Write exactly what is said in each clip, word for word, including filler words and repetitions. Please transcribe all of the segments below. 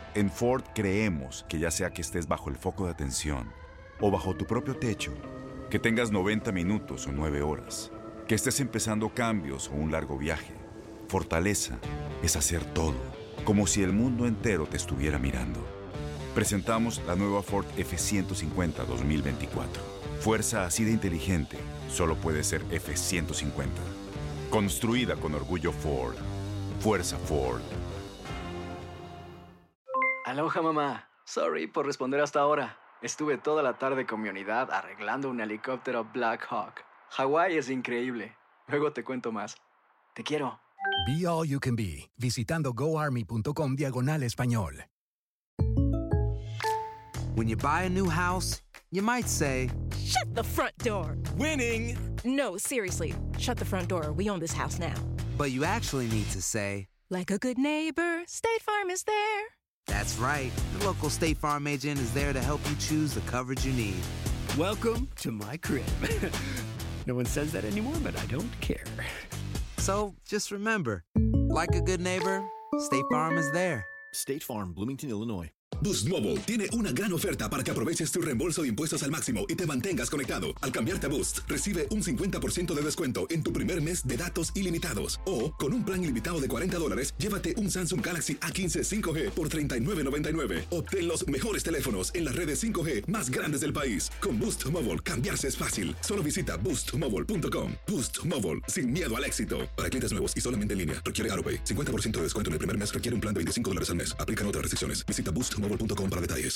En Ford creemos que ya sea que estés bajo el foco de atención o bajo tu propio techo, que tengas noventa minutos o nueve horas, que estés empezando cambios o un largo viaje, fortaleza es hacer todo, como si el mundo entero te estuviera mirando. Presentamos la nueva Ford F ciento cincuenta dos mil veinticuatro. Fuerza así de inteligente solo puede ser F ciento cincuenta. Construida con orgullo Ford. Fuerza Ford. Aloha, mamá. Sorry por responder hasta ahora. Estuve toda la tarde con mi unidad arreglando un helicóptero Black Hawk. Hawái es increíble. Luego te cuento más. Te quiero. Be All You Can Be, visitando goarmy.com diagonal español. When you buy a new house, you might say, "Shut the front door." Winning! No, seriously. Shut the front door. We own this house now. But you actually need to say, like a good neighbor, State Farm is there. That's right. The local State Farm agent is there to help you choose the coverage you need. Welcome to my crib. No one says that anymore, but I don't care. So just remember, like a good neighbor, State Farm is there. State Farm, Bloomington, Illinois. Boost Mobile tiene una gran oferta para que aproveches tu reembolso de impuestos al máximo y te mantengas conectado. Al cambiarte a Boost, recibe un cincuenta por ciento de descuento en tu primer mes de datos ilimitados. O, con un plan ilimitado de cuarenta dólares, llévate un Samsung Galaxy A quince cinco G por treinta y nueve noventa y nueve. Obtén los mejores teléfonos en las redes cinco G más grandes del país. Con Boost Mobile, cambiarse es fácil. Solo visita boost mobile punto com. Boost Mobile, sin miedo al éxito. Para clientes nuevos y solamente en línea, requiere AutoPay. cincuenta por ciento de descuento en el primer mes requiere un plan de veinticinco dólares al mes. Aplican otras restricciones. Visita boost mobile punto com para detalles.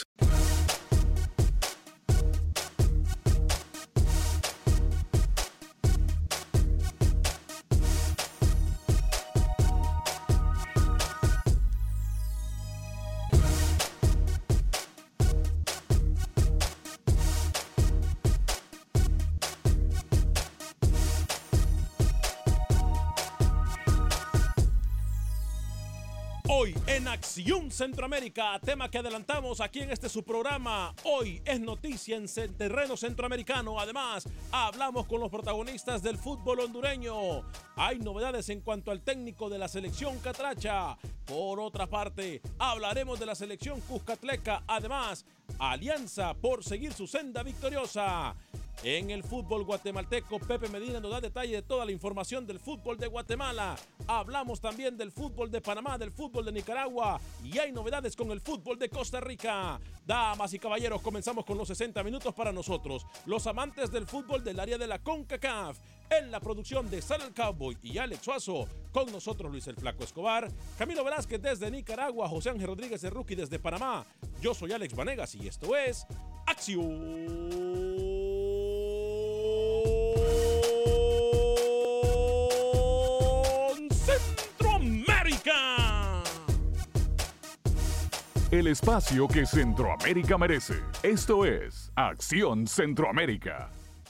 Hoy en Acción Centroamérica, tema que adelantamos aquí en este su programa. Hoy es noticia en el terreno centroamericano. Además, hablamos con los protagonistas del fútbol hondureño. Hay novedades en cuanto al técnico de la selección catracha. Por otra parte, hablaremos de la selección cuscatleca. Además, alianza por seguir su senda victoriosa. En el fútbol guatemalteco, Pepe Medina nos da detalle de toda la información del fútbol de Guatemala. Hablamos también del fútbol de Panamá, del fútbol de Nicaragua y hay novedades con el fútbol de Costa Rica. Damas y caballeros, comenzamos con los sesenta minutos para nosotros, los amantes del fútbol del área de la CONCACAF. En la producción de Sal el Cowboy y Alex Suazo, con nosotros Luis el Flaco Escobar, Camilo Velázquez desde Nicaragua, José Ángel Rodríguez el Rookie desde Panamá. Yo soy Alex Vanegas y esto es Acción Centroamérica. El espacio que Centroamérica merece. Esto es Acción Centroamérica.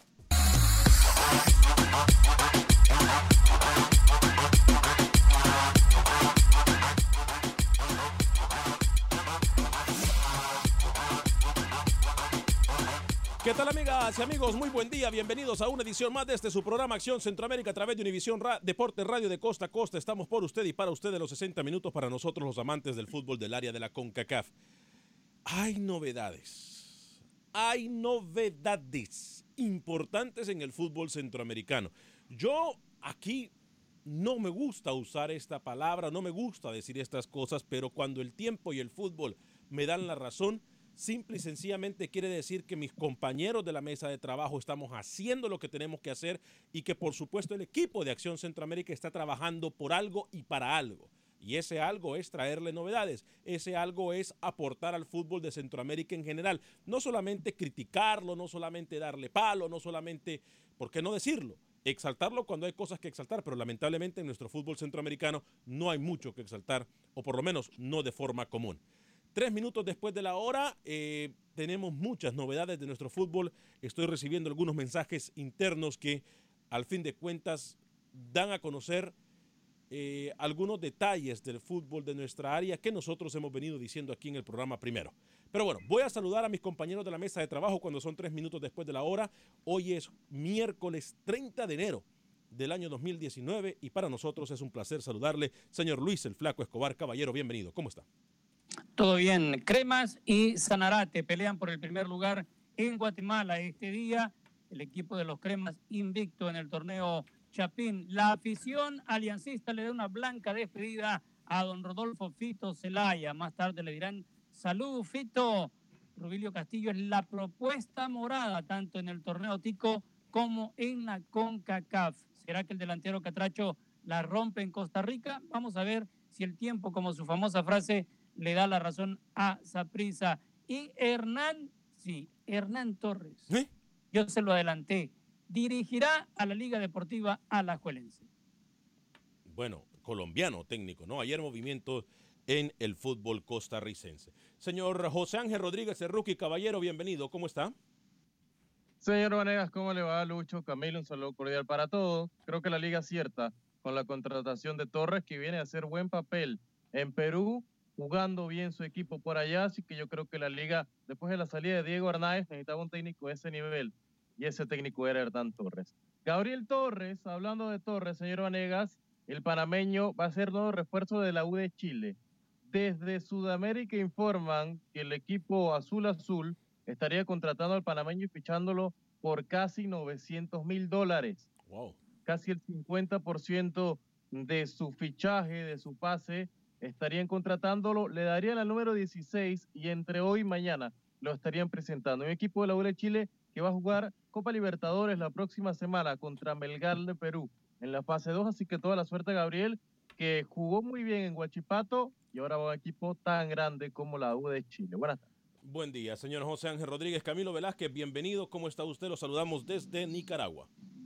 ¿Qué tal, amigas y amigos? Muy buen día, bienvenidos a una edición más de este su programa Acción Centroamérica a través de Univisión Ra- Deportes Radio de Costa a Costa. Estamos por usted y para usted de los sesenta minutos para nosotros los amantes del fútbol del área de la CONCACAF. Hay novedades, hay novedades importantes en el fútbol centroamericano. Yo aquí no me gusta usar esta palabra, no me gusta decir estas cosas, pero cuando el tiempo y el fútbol me dan la razón, simple y sencillamente quiere decir que mis compañeros de la mesa de trabajo estamos haciendo lo que tenemos que hacer y que por supuesto el equipo de Acción Centroamérica está trabajando por algo y para algo. Y ese algo es traerle novedades, ese algo es aportar al fútbol de Centroamérica en general. No solamente criticarlo, no solamente darle palo, no solamente, ¿por qué no decirlo? Exaltarlo cuando hay cosas que exaltar, pero lamentablemente en nuestro fútbol centroamericano no hay mucho que exaltar, o por lo menos no de forma común. Tres minutos después de la hora, eh, tenemos muchas novedades de nuestro fútbol. Estoy recibiendo algunos mensajes internos que, al fin de cuentas, dan a conocer eh, algunos detalles del fútbol de nuestra área que nosotros hemos venido diciendo aquí en el programa primero. Pero bueno, voy a saludar a mis compañeros de la mesa de trabajo cuando son tres minutos después de la hora. Hoy es miércoles treinta de enero del año dos mil diecinueve y para nosotros es un placer saludarle, señor Luis el Flaco Escobar. Caballero, bienvenido. ¿Cómo está? Todo bien. Cremas y Sanarate pelean por el primer lugar en Guatemala este día. El equipo de los Cremas invicto en el torneo Chapín. La afición aliancista le da una blanca despedida a don Rodolfo Fito Zelaya. Más tarde le dirán, salud Fito. Rubilio Castillo es la propuesta morada tanto en el torneo Tico como en la CONCACAF. ¿Será que el delantero catracho la rompe en Costa Rica? Vamos a ver si el tiempo, como su famosa frase, le da la razón a Saprissa. Y Hernán, sí, Hernán Torres, ¿Eh? yo se lo adelanté, dirigirá a la Liga Deportiva Alajuelense. Bueno, colombiano técnico, ¿no? Ayer movimientos en el fútbol costarricense. Señor José Ángel Rodríguez, el rookie caballero, bienvenido, ¿cómo está? Señor Vanegas, ¿cómo le va? Lucho, Camilo, un saludo cordial para todos. Creo que la liga acierta con la contratación de Torres, que viene a hacer buen papel en Perú, jugando bien su equipo por allá, así que yo creo que la liga, después de la salida de Diego Hernández, necesitaba un técnico de ese nivel, y ese técnico era Hernán Torres. Gabriel Torres, hablando de Torres, señor Vanegas, el panameño va a ser nuevo refuerzo de la U de Chile. Desde Sudamérica informan que el equipo Azul Azul estaría contratando al panameño y fichándolo por casi novecientos mil dólares. Wow. Casi el cincuenta por ciento de su fichaje, de su pase, estarían contratándolo, le darían al número dieciséis y entre hoy y mañana lo estarían presentando. Un equipo de la U de Chile que va a jugar Copa Libertadores la próxima semana contra Melgar de Perú en la fase dos, así que toda la suerte, Gabriel, que jugó muy bien en Huachipato y ahora va a un equipo tan grande como la U de Chile. Buenas tardes. Buen día, señor José Ángel Rodríguez. Camilo Velázquez, bienvenido. ¿Cómo está usted? Lo saludamos desde Nicaragua.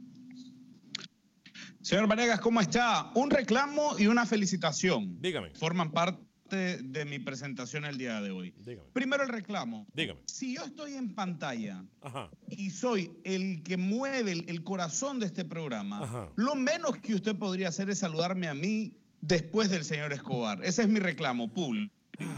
Señor Vanegas, ¿cómo está? Un reclamo y una felicitación. Dígame. Forman parte de mi presentación el día de hoy. Dígame. Primero el reclamo. Dígame. Si yo estoy en pantalla Ajá. y soy el que mueve el, el corazón de este programa, Ajá. lo menos que usted podría hacer es saludarme a mí después del señor Escobar. Ese es mi reclamo público.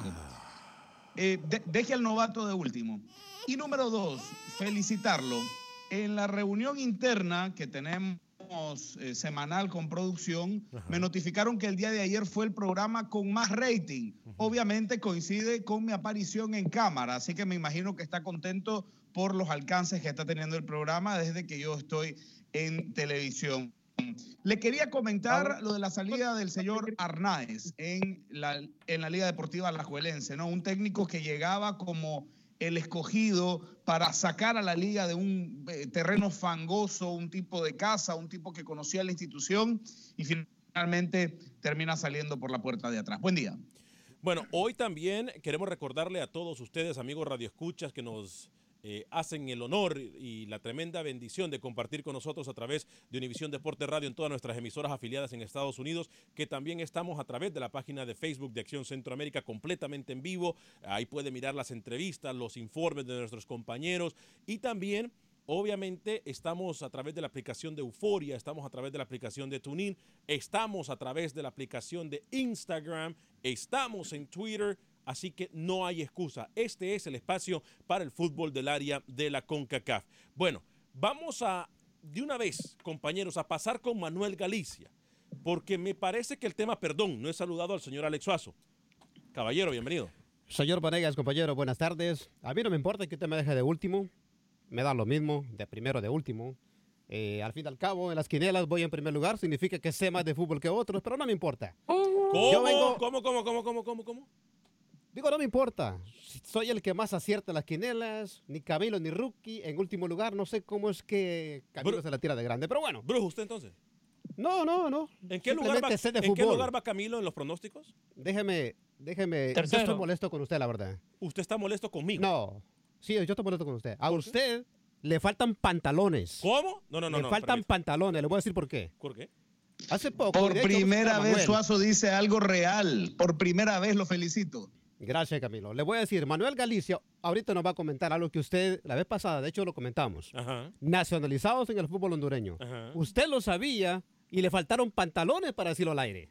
Eh, de, deje al novato de último. Y número dos, felicitarlo. En la reunión interna que tenemos eh, semanal con producción, Ajá. me notificaron que el día de ayer fue el programa con más rating. Ajá. Obviamente coincide con mi aparición en cámara, así que me imagino que está contento por los alcances que está teniendo el programa desde que yo estoy en televisión. Le quería comentar lo de la salida del señor Arnáez en la, en la Liga Deportiva Alajuelense, ¿no? Un técnico que llegaba como el escogido para sacar a la liga de un eh, terreno fangoso, un tipo de casa, un tipo que conocía la institución y finalmente termina saliendo por la puerta de atrás. Buen día. Bueno, hoy también queremos recordarle a todos ustedes, amigos radioescuchas, que nos eh, hacen el honor y la tremenda bendición de compartir con nosotros a través de Univisión Deporte Radio en todas nuestras emisoras afiliadas en Estados Unidos, que también estamos a través de la página de Facebook de Acción Centroamérica completamente en vivo. Ahí puede mirar las entrevistas, los informes de nuestros compañeros y también, obviamente, estamos a través de la aplicación de Euforia, estamos a través de la aplicación de TuneIn, estamos a través de la aplicación de Instagram, estamos en Twitter. Así que no hay excusa. Este es el espacio para el fútbol del área de la CONCACAF. Bueno, vamos a, de una vez, compañeros, a pasar con Manuel Galicia, porque me parece que el tema, perdón, no he saludado al señor Alex Suazo. Caballero, bienvenido. Señor Vanegas, compañero, buenas tardes. A mí no me importa que usted me deje de último. Me da lo mismo, de primero, de último. Eh, al fin y al cabo, en las quinielas voy en primer lugar. Significa que sé más de fútbol que otros, pero no me importa. ¿Cómo? Yo vengo... ¿Cómo, cómo, cómo, cómo, cómo, cómo? Digo, no me importa. Soy el que más acierta las quinielas. Ni Camilo ni Rookie. En último lugar, no sé cómo es que Camilo Bru se la tira de grande. Pero bueno. Brujo, ¿usted entonces? No, no, no. ¿En qué, lugar va, ¿en qué lugar va Camilo en los pronósticos? Déjeme, déjeme. Tercero. Yo estoy molesto con usted, la verdad. ¿Usted está molesto conmigo? No. Sí, yo estoy molesto con usted. A usted le faltan pantalones. ¿Cómo? No, no, no. Le no, faltan permítame. pantalones. Le voy a decir por qué. ¿Por qué? Hace poco. Por de hecho, primera vez Manuel. Suazo dice algo real. Por primera vez lo felicito. Gracias, Camilo. Le voy a decir, Manuel Galicia ahorita nos va a comentar algo que usted, la vez pasada, de hecho lo comentamos. Ajá. Nacionalizados en el fútbol hondureño. Ajá. Usted lo sabía y le faltaron pantalones para decirlo al aire.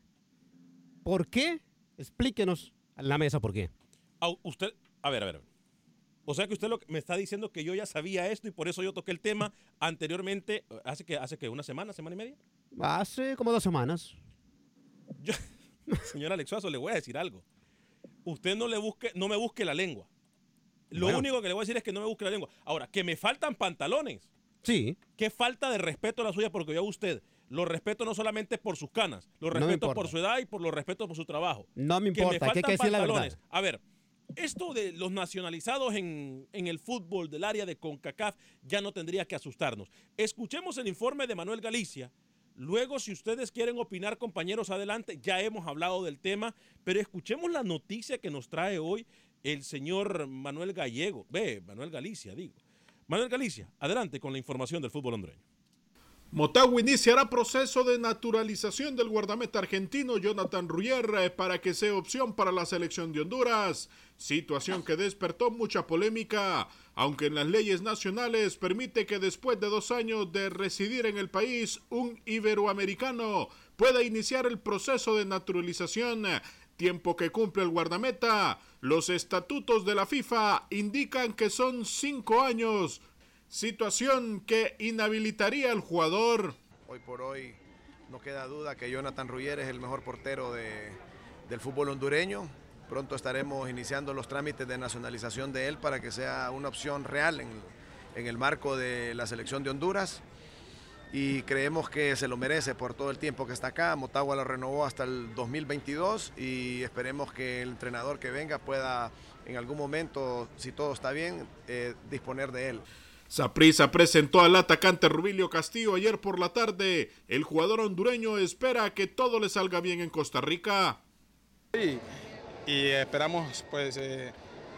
¿Por qué? Explíquenos en la mesa por qué. A, usted, a ver, a ver. O sea que usted lo, me está diciendo que yo ya sabía esto y por eso yo toqué el tema anteriormente, hace que, hace que una semana, semana y media. Hace como dos semanas. Yo, señor Alex Suazo, le voy a decir algo. usted no, le busque, no me busque la lengua. Lo Bueno. único que le voy a decir es que no me busque la lengua. Ahora, que me faltan pantalones. Sí. Qué falta de respeto a la suya, porque yo a usted lo respeto no solamente por sus canas, lo No me respeto importa. por su edad y por lo respeto por su trabajo. No me importa, que me que hay que faltan decir la pantalones. verdad. A ver, esto de los nacionalizados en, en el fútbol del área de CONCACAF ya no tendría que asustarnos. Escuchemos el informe de Manuel Galicia. Luego, si ustedes quieren opinar, compañeros, adelante. Ya hemos hablado del tema, pero escuchemos la noticia que nos trae hoy el señor Manuel Gallego. Ve, Manuel Galicia, digo. Manuel Galicia, adelante con la información del fútbol hondureño. Motagua iniciará proceso de naturalización del guardameta argentino Jonathan Ruyer eh, para que sea opción para la selección de Honduras, situación que despertó mucha polémica, aunque en las leyes nacionales permite que después de dos años de residir en el país, un iberoamericano pueda iniciar el proceso de naturalización, tiempo que cumple el guardameta. Los estatutos de la FIFA indican que son cinco años, situación que inhabilitaría al jugador. Hoy por hoy no queda duda que Jonathan Ruyer es el mejor portero de, del fútbol hondureño. Pronto estaremos iniciando los trámites de nacionalización de él para que sea una opción real en, en el marco de la selección de Honduras. Y creemos que se lo merece por todo el tiempo que está acá. Motagua lo renovó hasta el dos mil veintidós y esperemos que el entrenador que venga pueda en algún momento, si todo está bien, eh, disponer de él. Saprissa presentó al atacante Rubilio Castillo ayer por la tarde. El jugador hondureño espera que todo le salga bien en Costa Rica. Sí, y esperamos pues eh,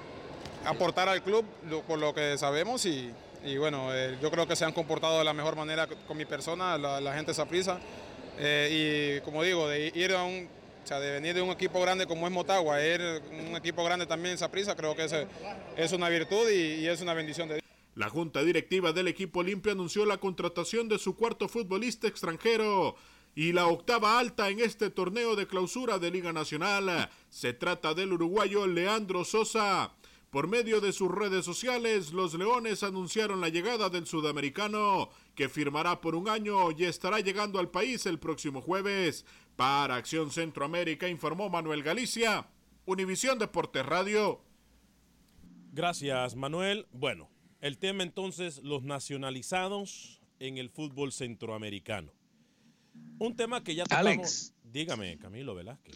aportar al club lo, con lo que sabemos y, y bueno, eh, yo creo que se han comportado de la mejor manera con mi persona, la, la gente de Saprissa. Eh, y como digo, de ir a un, o sea, de venir de un equipo grande como es Motagua, ir un equipo grande también Saprissa, creo que es, es una virtud y, y es una bendición de Dios. La junta directiva del equipo Olimpia anunció la contratación de su cuarto futbolista extranjero y la octava alta en este torneo de clausura de Liga Nacional. Se trata del uruguayo Leandro Sosa. Por medio de sus redes sociales, los Leones anunciaron la llegada del sudamericano, que firmará por un año y estará llegando al país el próximo jueves. Para Acción Centroamérica informó Manuel Galicia, Univisión Deportes Radio. Gracias, Manuel. Bueno, el tema entonces, los nacionalizados en el fútbol centroamericano. Un tema que ya tocamos. Alex. Dígame, Camilo Velázquez.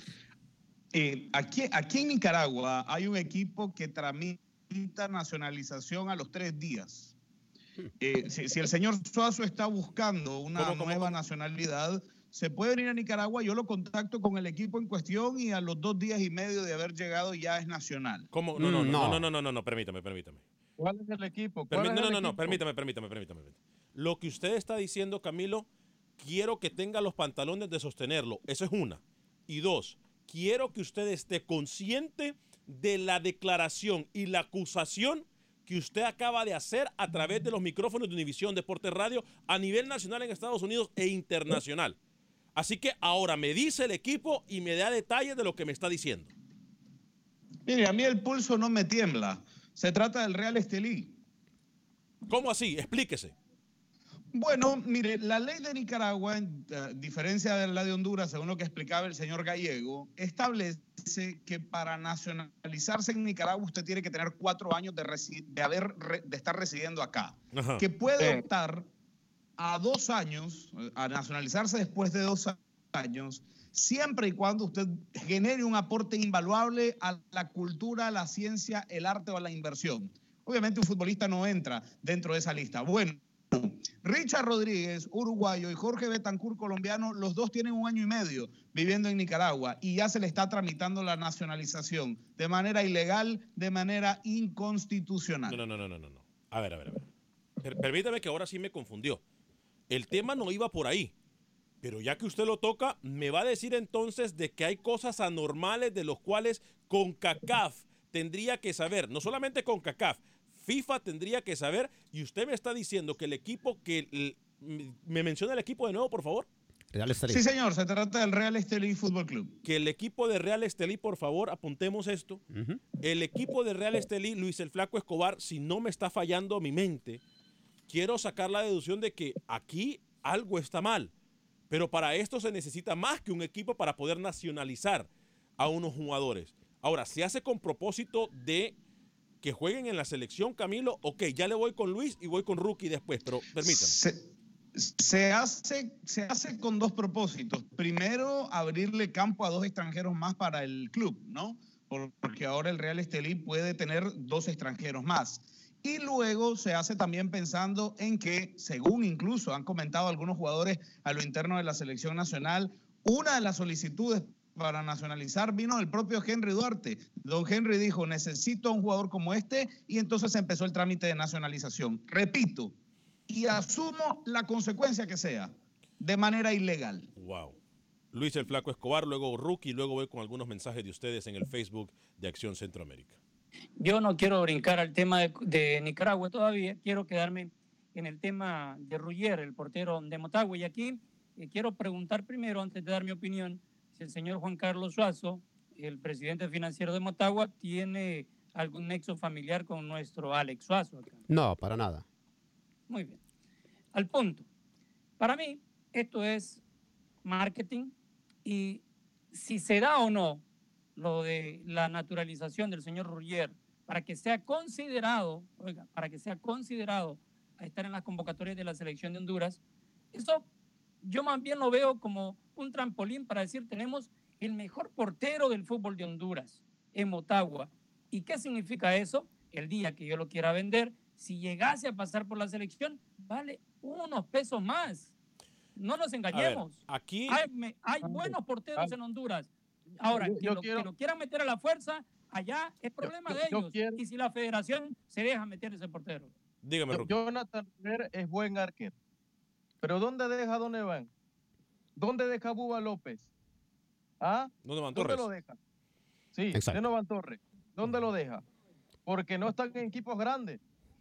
Eh, aquí, aquí en Nicaragua hay un equipo que tramita nacionalización a los tres días. Eh, si, si el señor Suazo está buscando una ¿Cómo, cómo, nueva cómo? nacionalidad, se puede venir a Nicaragua, yo lo contacto con el equipo en cuestión y a los dos días y medio de haber llegado ya es nacional. ¿Cómo? No, no, no, no, no, no, no, no, no, permítame, permítame. ¿Cuál es el equipo? Permí- ¿Cuál es no, no, el no, no, equipo? permítame, permítame, permítame, permítame. Lo que usted está diciendo, Camilo, quiero que tenga los pantalones de sostenerlo. Eso es una. Y dos, quiero que usted esté consciente de la declaración y la acusación que usted acaba de hacer a través de los micrófonos de Univisión Deportes Radio a nivel nacional en Estados Unidos e internacional. Así que ahora me dice el equipo y me da detalles de lo que me está diciendo. Mire, a mí el pulso no me tiembla. Se trata del Real Estelí. ¿Cómo así? Explíquese. Bueno, mire, la ley de Nicaragua, en uh, diferencia de la de Honduras, según lo que explicaba el señor Gallego, establece que para nacionalizarse en Nicaragua usted tiene que tener cuatro años de, resi- de, haber re- de estar residiendo acá. Ajá. Que puede Sí. optar a dos años, a nacionalizarse después de dos años, siempre y cuando usted genere un aporte invaluable a la cultura, la ciencia, el arte o la inversión. Obviamente un futbolista no entra dentro de esa lista. Bueno, Richard Rodríguez, uruguayo, y Jorge Betancourt, colombiano, los dos tienen un año y medio viviendo en Nicaragua y ya se le está tramitando la nacionalización de manera ilegal, de manera inconstitucional. No, no, no, no, no, no. A ver, a ver, a ver. Per- permítame que ahora sí me confundió. El tema no iba por ahí. Pero ya que usted lo toca, me va a decir entonces de que hay cosas anormales de los cuales CONCACAF tendría que saber. No solamente CONCACAF, FIFA tendría que saber. Y usted me está diciendo que el equipo que... el- ¿Me menciona el equipo de nuevo, por favor? Real Estelí. Sí, señor, se trata del Real Estelí Fútbol Club. Que el equipo de Real Estelí, por favor, apuntemos esto. Ujú. El equipo de Real Estelí, Luis el Flaco Escobar, si no me está fallando mi mente, quiero sacar la deducción de que aquí algo está mal. Pero para esto se necesita más que un equipo para poder nacionalizar a unos jugadores. Ahora, ¿se hace con propósito de que jueguen en la selección, Camilo? Ok, ya le voy con Luis y voy con Rookie después, pero permítame. Se, se, hace, se hace con dos propósitos. Primero, abrirle campo a dos extranjeros más para el club, ¿no? Porque ahora el Real Estelí puede tener dos extranjeros más. Y luego se hace también pensando en que, según incluso han comentado algunos jugadores a lo interno de la selección nacional, una de las solicitudes para nacionalizar vino del propio Henry Duarte. Don Henry dijo, necesito a un jugador como este, y entonces empezó el trámite de nacionalización. Repito, y asumo la consecuencia que sea, de manera ilegal. Wow. Luis el Flaco Escobar, luego Rookie, luego voy con algunos mensajes de ustedes en el Facebook de Acción Centroamérica. Yo no quiero brincar al tema de, de Nicaragua todavía, quiero quedarme en el tema de Ruggier, el portero de Motagua. Y aquí eh, quiero preguntar primero, antes de dar mi opinión, si el señor Juan Carlos Suazo, el presidente financiero de Motagua, tiene algún nexo familiar con nuestro Alex Suazo acá. No, para nada. Muy bien. Al punto. Para mí, esto es marketing, y si se da o no lo de la naturalización del señor Ruggier para que sea considerado, oiga, para que sea considerado a estar en las convocatorias de la selección de Honduras, eso yo más bien lo veo como un trampolín para decir, tenemos el mejor portero del fútbol de Honduras en Motagua. ¿Y qué significa eso? El día que yo lo quiera vender, si llegase a pasar por la selección, vale unos pesos más. No nos engañemos. Ver, aquí hay, me, hay buenos porteros en Honduras. Ahora, yo, que, yo lo, quiero... que lo quieran meter a la fuerza, allá es problema yo, yo, de ellos. Quiero... Y si la federación se deja meter ese portero. Dígame, yo, Jonathan Ruggier es buen arquero. Pero ¿dónde deja Don Evan? ¿Dónde deja Búba López? ¿Ah? ¿Dónde van ¿Dónde Torres? lo deja? Sí, Exacto. Donovan Torres. ¿Dónde lo deja? Porque no están en equipos grandes.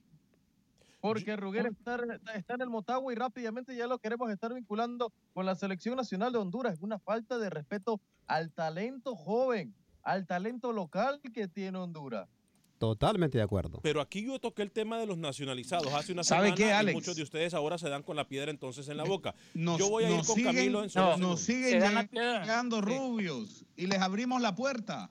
Porque Ruggier está, está en el Motagua y rápidamente ya lo queremos estar vinculando con la selección nacional de Honduras. Es una falta de respeto al talento joven, al talento local que tiene Honduras. Totalmente de acuerdo. Pero aquí yo toqué el tema de los nacionalizados hace una ¿Sabe semana qué, Alex? Y muchos de ustedes ahora se dan con la piedra entonces en la boca. Nos, yo voy a ir con siguen, Camilo en su no, Nos siguen lleg llegando rubios y les abrimos la puerta.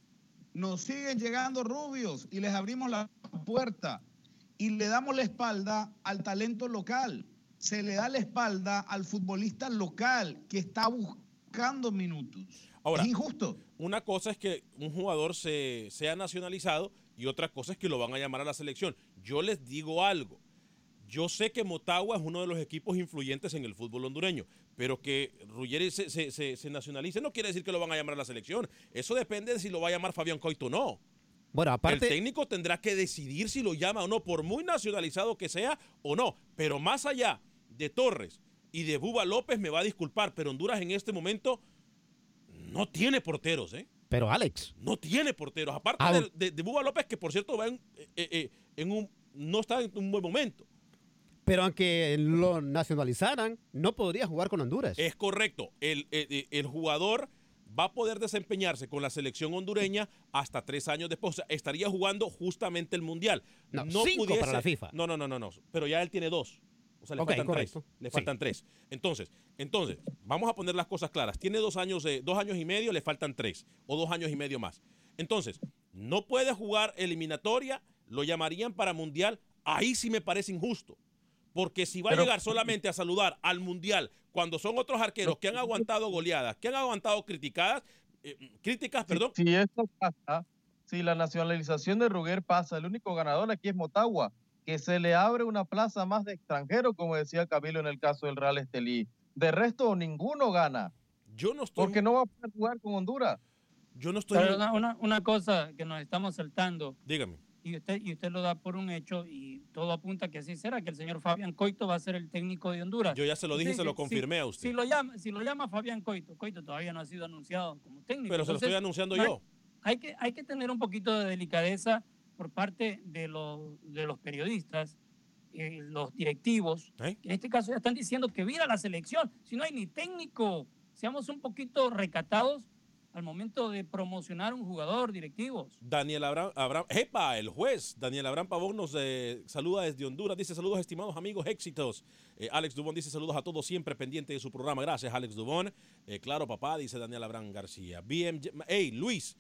Nos siguen llegando rubios y les abrimos la puerta. Y le damos la espalda al talento local. Se le da la espalda al futbolista local que está buscando minutos. Ahora, es injusto. Una cosa es que un jugador se, sea nacionalizado y otra cosa es que lo van a llamar a la selección. Yo les digo algo. Yo sé que Motagua es uno de los equipos influyentes en el fútbol hondureño, pero que Ruggier se, se, se, se nacionalice no quiere decir que lo van a llamar a la selección. Eso depende de si lo va a llamar Fabián Coito o no. Bueno, aparte, el técnico tendrá que decidir si lo llama o no, por muy nacionalizado que sea o no. Pero más allá de Torres y de Búba López, me va a disculpar, pero Honduras en este momento no tiene porteros, ¿eh? Pero Alex. No tiene porteros. Aparte ah, de, de, de Búba López, que por cierto va en, eh, eh, en un, no está en un buen momento. Pero aunque lo nacionalizaran, no podría jugar con Honduras. Es correcto. El, el, el jugador va a poder desempeñarse con la selección hondureña hasta tres años después. O sea, estaría jugando justamente el Mundial. No, no cinco pudiese, para la FIFA. No, no, no, no, no. Pero ya él tiene dos. O sea, le okay, faltan correcto. tres. Le sí. faltan tres. Entonces, entonces, vamos a poner las cosas claras. Tiene dos años, eh, dos años y medio, le faltan tres. O dos años y medio más. Entonces, no puede jugar eliminatoria, lo llamarían para Mundial. Ahí sí me parece injusto. Porque si va Pero, a llegar solamente a saludar al Mundial cuando son otros arqueros que han aguantado goleadas, que han aguantado criticadas, eh, críticas, perdón. Si, si esto pasa, si la nacionalización de Ruggier pasa, el único ganador aquí es Motagua, que se le abre una plaza más de extranjero, como decía Camilo en el caso del Real Estelí. De resto, ninguno gana. Yo no estoy... Porque no va a poder jugar con Honduras. Yo no estoy... Pero una, una, una cosa que nos estamos saltando. Dígame. Y usted, y usted lo da por un hecho y todo apunta que así será, que el señor Fabián Coito va a ser el técnico de Honduras. Yo ya se lo dije y sí, se lo confirmé si, a usted. Si lo, llama, si lo llama Fabián Coito, Coito todavía no ha sido anunciado como técnico. Pero Entonces, se lo estoy anunciando hay, yo. Hay que, hay que tener un poquito de delicadeza por parte de los, de los periodistas, eh, los directivos, ¿Eh? que en este caso ya están diciendo que vira la selección, si no hay ni técnico. Seamos un poquito recatados al momento de promocionar un jugador, directivos. Daniel Abraham, Abraham ¡epa! El juez Daniel Abraham Pavón nos eh, saluda desde Honduras, dice saludos estimados amigos, éxitos. eh, Alex Dubón dice saludos a todos, siempre pendiente de su programa, gracias Alex Dubón. Eh, claro papá, dice Daniel Abraham García. B M J, hey Luis,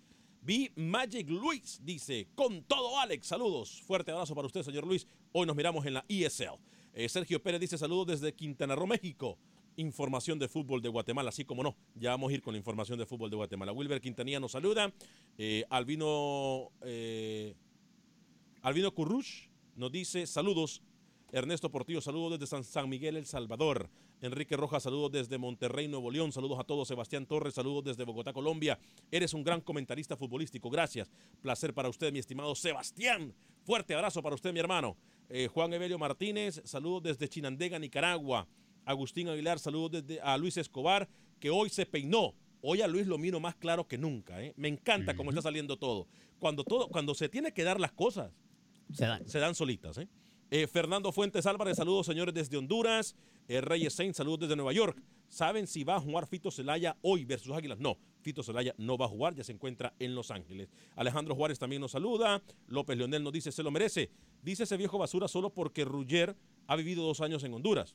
B Magic Luis dice, con todo Alex, saludos. Fuerte abrazo para usted, señor Luis. Hoy nos miramos en la E S L. Eh, Sergio Pérez dice, saludos desde Quintana Roo, México. Información de fútbol de Guatemala, así como no. Ya vamos a ir con la información de fútbol de Guatemala. Wilber Quintanilla nos saluda. Eh, Albino, eh, Albino Currush nos dice, saludos. Ernesto Portillo, saludos desde San, San Miguel, El Salvador. Enrique Rojas, saludos desde Monterrey, Nuevo León. Saludos a todos. Sebastián Torres, saludos desde Bogotá, Colombia. Eres un gran comentarista futbolístico. Gracias. Placer para usted, mi estimado Sebastián. Fuerte abrazo para usted, mi hermano. Eh, Juan Evelio Martínez, saludos desde Chinandega, Nicaragua. Agustín Aguilar, saludos desde a Luis Escobar, que hoy se peinó. Hoy a Luis lo miro más claro que nunca. ¿eh? Me encanta cómo está saliendo todo. Cuando todo, cuando se tiene que dar las cosas, se dan, se dan solitas. ¿eh? Eh, Fernando Fuentes Álvarez, saludos señores desde Honduras. Eh, Reyes Sainz, saludos desde Nueva York. ¿Saben si va a jugar Fito Zelaya hoy versus Águilas? No, Fito Zelaya no va a jugar, ya se encuentra en Los Ángeles. Alejandro Juárez también nos saluda. López Leonel nos dice, se lo merece. Dice ese viejo basura solo porque Rugger ha vivido dos años en Honduras.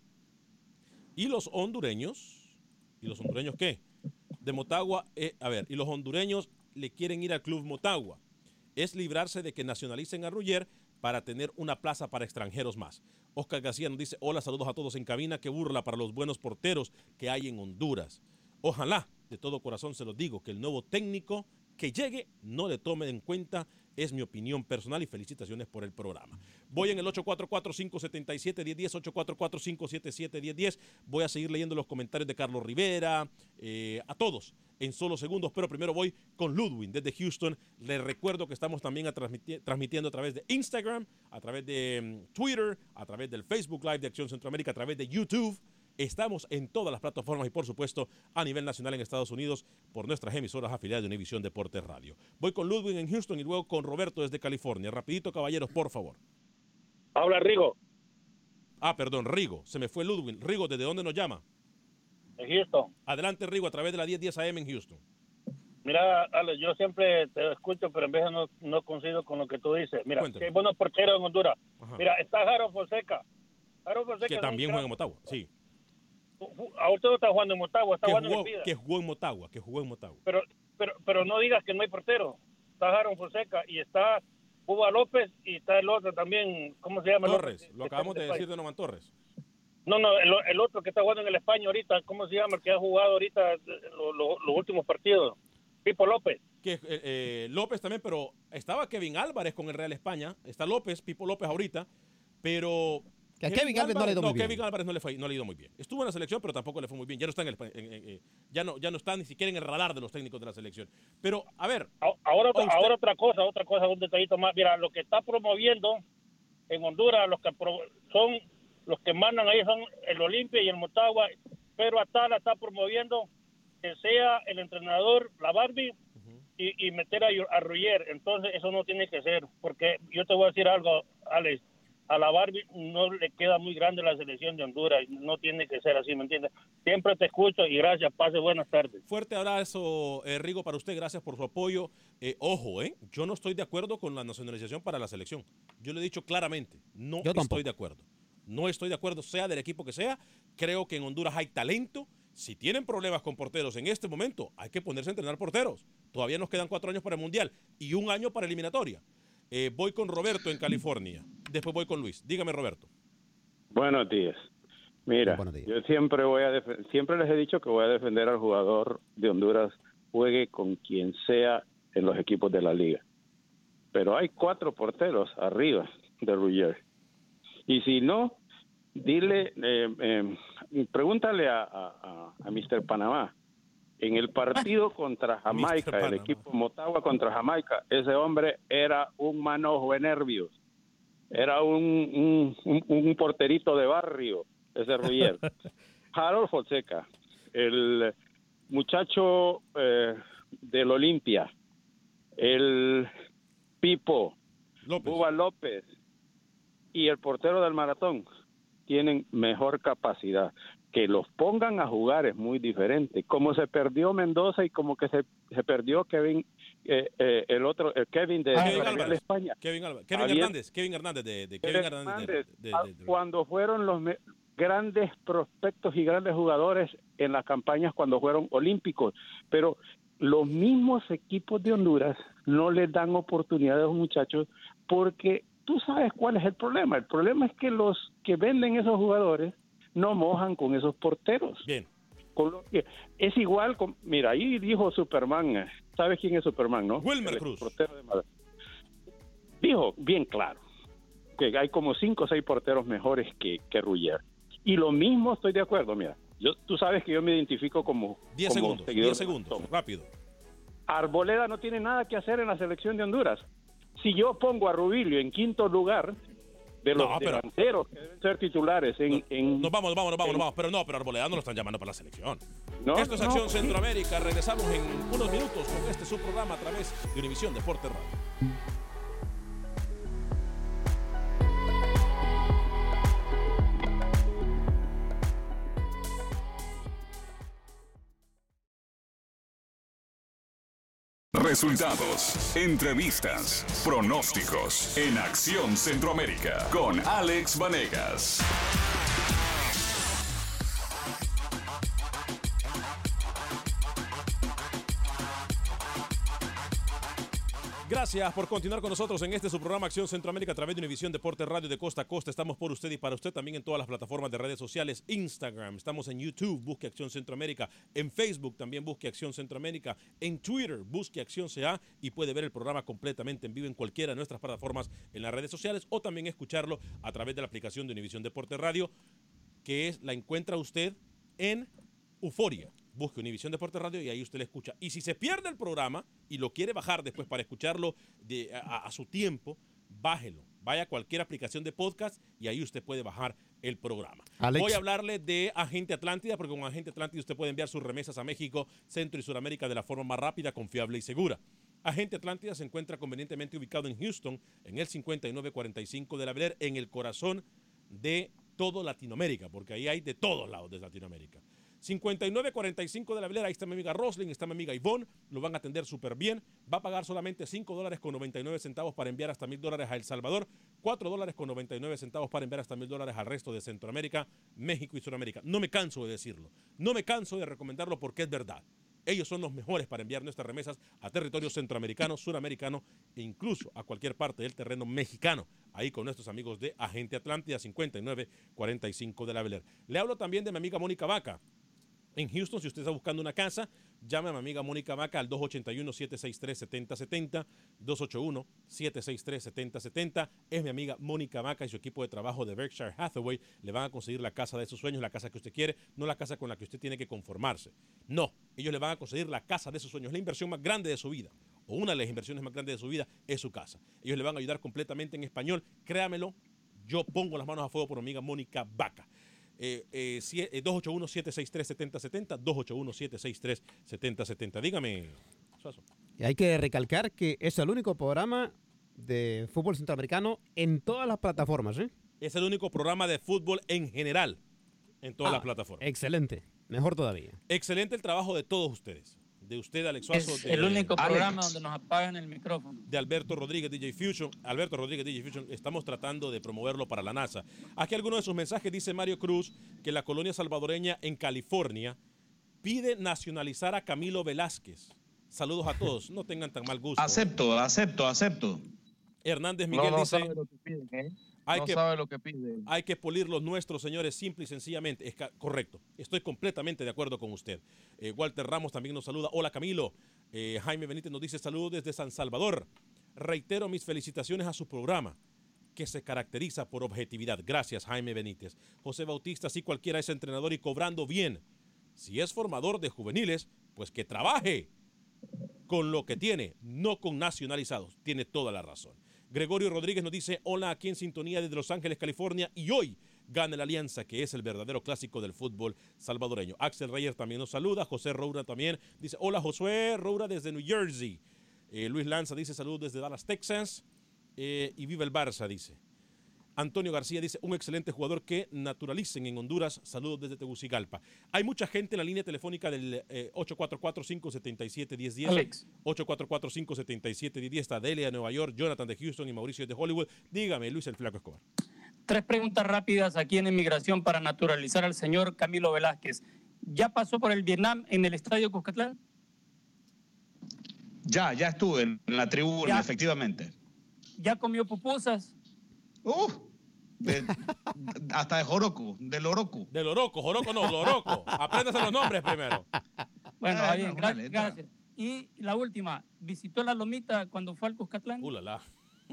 Y los hondureños, ¿y los hondureños qué? De Motagua, eh, a ver, y los hondureños le quieren ir al Club Motagua. Es librarse de que nacionalicen a Rugger para tener una plaza para extranjeros más. Oscar García nos dice, hola, saludos a todos en cabina, qué burla para los buenos porteros que hay en Honduras. Ojalá, de todo corazón se los digo, que el nuevo técnico que llegue no le tome en cuenta, es mi opinión personal y felicitaciones por el programa. Voy en el ocho cuatro cuatro, cinco siete siete, uno cero uno cero, ocho cuatro cuatro, cinco siete siete, uno cero uno cero. Voy a seguir leyendo los comentarios de Carlos Rivera, eh, a todos en solo segundos, pero primero voy con Ludwig desde Houston. Les recuerdo que estamos también a transmiti- transmitiendo a través de Instagram, a través de um, Twitter, a través del Facebook Live de Acción Centroamérica, a través de YouTube. Estamos en todas las plataformas y, por supuesto, a nivel nacional en Estados Unidos por nuestras emisoras afiliadas de Univisión Deportes Radio. Voy con Ludwig en Houston y luego con Roberto desde California. Rapidito, caballeros, por favor. Habla Rigo. Ah, perdón, Rigo. Se me fue Ludwig. Rigo, ¿desde dónde nos llama? En Houston. Adelante, Rigo, a través de la diez diez A M en Houston. Mira, Ale, yo siempre te escucho, pero en vez de no, no coincido con lo que tú dices. Mira, Cuéntame. que hay buenos porteros en Honduras. Ajá. Mira, está Jaro Fonseca. Jaro Fonseca Que es también un juega en Motagua, sí. Ahorita no está jugando en Motagua, está Que jugando jugó, en Vida. que jugó en Motagua, que jugó en Motagua. Pero, pero, pero no digas que no hay portero. Está Jaro Fonseca y está Cuba López y está el otro también, ¿cómo se llama? Torres, el otro? lo acabamos de decir de Noman Torres. No, no, el, el otro que está jugando en el España ahorita, ¿cómo se llama? El que ha jugado ahorita los lo, los últimos partidos. Pipo López. Que, eh, eh, López también, pero estaba Kevin Álvarez con el Real España. Está López, Pipo López ahorita, pero... Que a Kevin Álvarez no le ha ido muy bien. Kevin Álvarez no le, fue, no le ha ido muy bien. Estuvo en la selección, pero tampoco le fue muy bien. Ya no está en el, en, en, en, ya no, ya no está ni siquiera en el radar de los técnicos de la selección. Pero, a ver... Ahora, usted... ahora otra cosa, otra cosa, un detallito más. Mira, lo que está promoviendo en Honduras, los que pro, son... Los que mandan ahí son el Olimpia y el Motagua, pero Atala está promoviendo que sea el entrenador, la Barbie, uh-huh. y, y meter a, a Rugger. Entonces eso no tiene que ser, porque yo te voy a decir algo, Alex, a la Barbie no le queda muy grande la selección de Honduras, no tiene que ser así, ¿me entiendes? Siempre te escucho y gracias, pase buenas tardes. Fuerte abrazo, eh, Rigo, para usted, gracias por su apoyo. Eh, ojo, eh, yo no estoy de acuerdo con la nacionalización para la selección. Yo le he dicho claramente, no estoy de acuerdo. No estoy de acuerdo, sea del equipo que sea. Creo que en Honduras hay talento. Si tienen problemas con porteros en este momento, hay que ponerse a entrenar porteros. Todavía nos quedan cuatro años para el Mundial y un año para eliminatoria. Eh, voy con Roberto en California. Después voy con Luis. Dígame, Roberto. Buenos días. Mira, Buenos días. yo siempre voy a def- siempre les he dicho que voy a defender al jugador de Honduras, juegue con quien sea en los equipos de la liga. Pero hay cuatro porteros arriba de Rugger. Y si no, dile, eh, eh, pregúntale a, a, a mister Panamá. En el partido contra Jamaica, el equipo Motagua contra Jamaica, ese hombre era un manojo de nervios. Era un, un, un, un porterito de barrio, ese Rugger. Harold Fonseca, el muchacho eh, del Olimpia, el Pipo, López. Cuba López, y el portero del Maratón tienen mejor capacidad. Que los pongan a jugar es muy diferente. Como se perdió Mendoza y como que se, se perdió Kevin, eh, eh, el otro, el Kevin de, Kevin de Álvarez. España. Kevin, Álvarez. Kevin Había, Hernández. Kevin Hernández de, de Kevin Hernández. Hernández, De, de, de, de, cuando fueron los me, grandes prospectos y grandes jugadores en las campañas cuando fueron olímpicos. Pero los mismos equipos de Honduras no les dan oportunidad a los muchachos porque tú sabes cuál es el problema. El problema es que los que venden esos jugadores no mojan con esos porteros. Bien. Con lo que, es igual, con, mira, ahí dijo Superman, ¿sabes quién es Superman, no? Wilmer el Cruz. Portero de Madrid. Dijo bien claro que hay como cinco o seis porteros mejores que, que Ruggier. Y lo mismo estoy de acuerdo, mira. Yo, tú sabes que yo me identifico como diez como segundos, seguidor diez segundos, rápido. Arboleda no tiene nada que hacer en la selección de Honduras. Si yo pongo a Rubilio en quinto lugar de los No, pero- delanteros que deben ser titulares en... en Nos vamos, nos vamos, nos vamos, en- nos vamos. Pero no, pero Arboleda no lo están llamando para la selección. No, Esto es no, Acción sí. Centroamérica. Regresamos en unos minutos con este subprograma a través de Univisión Deportes Radio. Resultados, entrevistas, pronósticos en Acción Centroamérica con Alex Vanegas. Gracias por continuar con nosotros en este su programa Acción Centroamérica a través de Univisión Deportes Radio de Costa a Costa. Estamos por usted y para usted también en todas las plataformas de redes sociales. Instagram, estamos en YouTube, busque Acción Centroamérica. En Facebook también busque Acción Centroamérica. En Twitter, busque Acción C A y puede ver el programa completamente en vivo en cualquiera de nuestras plataformas en las redes sociales o también escucharlo a través de la aplicación de Univisión Deportes Radio, que es, la encuentra usted en Euforia. Busque Univisión Deportes Radio y ahí usted le escucha. Y si se pierde el programa y lo quiere bajar después para escucharlo de, a, a su tiempo, bájelo. Vaya a cualquier aplicación de podcast y ahí usted puede bajar el programa. Alex. Voy a hablarle de Agente Atlántida, porque con Agente Atlántida usted puede enviar sus remesas a México, Centro y Sudamérica de la forma más rápida, confiable y segura. Agente Atlántida se encuentra convenientemente ubicado en Houston, en el cincuenta y nueve cuarenta y cinco de la Bel Air, en el corazón de todo Latinoamérica, porque ahí hay de todos lados de Latinoamérica. cincuenta y nueve cuarenta y cinco de la Bel Air, ahí está mi amiga Roslyn, está mi amiga Ivonne, lo van a atender súper bien. Va a pagar solamente cinco dólares con noventa y nueve centavos para enviar hasta mil dólares a El Salvador, cuatro dólares con noventa y nueve centavos para enviar hasta mil dólares al resto de Centroamérica, México y Sudamérica. No me canso de decirlo, no me canso de recomendarlo porque es verdad. Ellos son los mejores para enviar nuestras remesas a territorio centroamericano, suramericano e incluso a cualquier parte del terreno mexicano. Ahí con nuestros amigos de Agente Atlántida, cincuenta y nueve cuarenta y cinco de la Bel Air. Le hablo también de mi amiga Mónica Vaca. En Houston, si usted está buscando una casa, llame a mi amiga Mónica Vaca al dos ocho uno, siete seis tres, siete cero siete cero, dos ocho uno, siete seis tres, siete cero siete cero. Es mi amiga Mónica Vaca y su equipo de trabajo de Berkshire Hathaway. Le van a conseguir la casa de sus sueños, la casa que usted quiere, no la casa con la que usted tiene que conformarse. No, ellos le van a conseguir la casa de sus sueños, la inversión más grande de su vida, o una de las inversiones más grandes de su vida es su casa. Ellos le van a ayudar completamente en español. Créamelo, yo pongo las manos a fuego por mi amiga Mónica Vaca. Eh, eh, eh, dos ocho uno, siete seis tres, siete cero siete cero, dos ocho uno, siete seis tres, siete cero siete cero. Dígame, Suazo. Y hay que recalcar que es el único programa de fútbol centroamericano en todas las plataformas, ¿eh? Es el único programa de fútbol en general en todas Ah, las plataformas. Excelente, mejor todavía. Excelente el trabajo de todos ustedes. De usted, Alex Suazo. Es de, el único programa Alex, donde nos apagan el micrófono. de Alberto Rodríguez, D J Fusion. Alberto Rodríguez, D J Fusion, estamos tratando de promoverlo para la NASA. Aquí alguno de sus mensajes dice Mario Cruz que la colonia salvadoreña en California pide nacionalizar a Camilo Velázquez. Saludos a todos, no tengan tan mal gusto. Acepto, acepto, acepto. Hernández Miguel no, no dice... sabe lo que piden, ¿eh? Hay no que, sabe lo que piden. Hay que pulir los nuestros, señores, simple y sencillamente. Es correcto. Estoy completamente de acuerdo con usted. Eh, Walter Ramos también nos saluda. Hola, Camilo. Eh, Jaime Benítez nos dice saludos desde San Salvador. Reitero mis felicitaciones a su programa, que se caracteriza por objetividad. Gracias, Jaime Benítez. José Bautista, si cualquiera es entrenador y cobrando bien. Si es formador de juveniles, pues que trabaje con lo que tiene, no con nacionalizados. Tiene toda la razón. Gregorio Rodríguez nos dice, hola, aquí en sintonía desde Los Ángeles, California, y hoy gana la Alianza, que es el verdadero clásico del fútbol salvadoreño. Axel Reyer también nos saluda, José Roura también dice, hola, Josué Roura desde New Jersey. Eh, Luis Lanza dice, saludos desde Dallas, Texas, eh, y viva el Barça, dice. Antonio García dice, un excelente jugador que naturalicen en Honduras. Saludos desde Tegucigalpa. Hay mucha gente en la línea telefónica del eh, ocho cuatro cuatro, cinco siete siete, uno cero uno cero. Alex. ocho cuatro cuatro, cinco siete siete, uno cero uno cero. Está Delia de Nueva York, Jonathan de Houston y Mauricio de Hollywood. Dígame, Luis el Flaco Escobar. Tres preguntas rápidas aquí en Inmigración para naturalizar al señor Camilo Velázquez. ¿Ya pasó por el Vietnam en el Estadio Cuscatlán? Ya, ya estuve en la tribuna, ya. efectivamente. ¿Ya comió pupusas? Uh, de, hasta de Joroco, del Oroco. Del Oroco, Joroco no, Loroco. Apréndase los nombres primero. Bueno, Ah, ahí bien, no, gra- vale, gracias. Y la última, ¿visitó la Lomita cuando fue al Cuscatlán? Uh, la, la.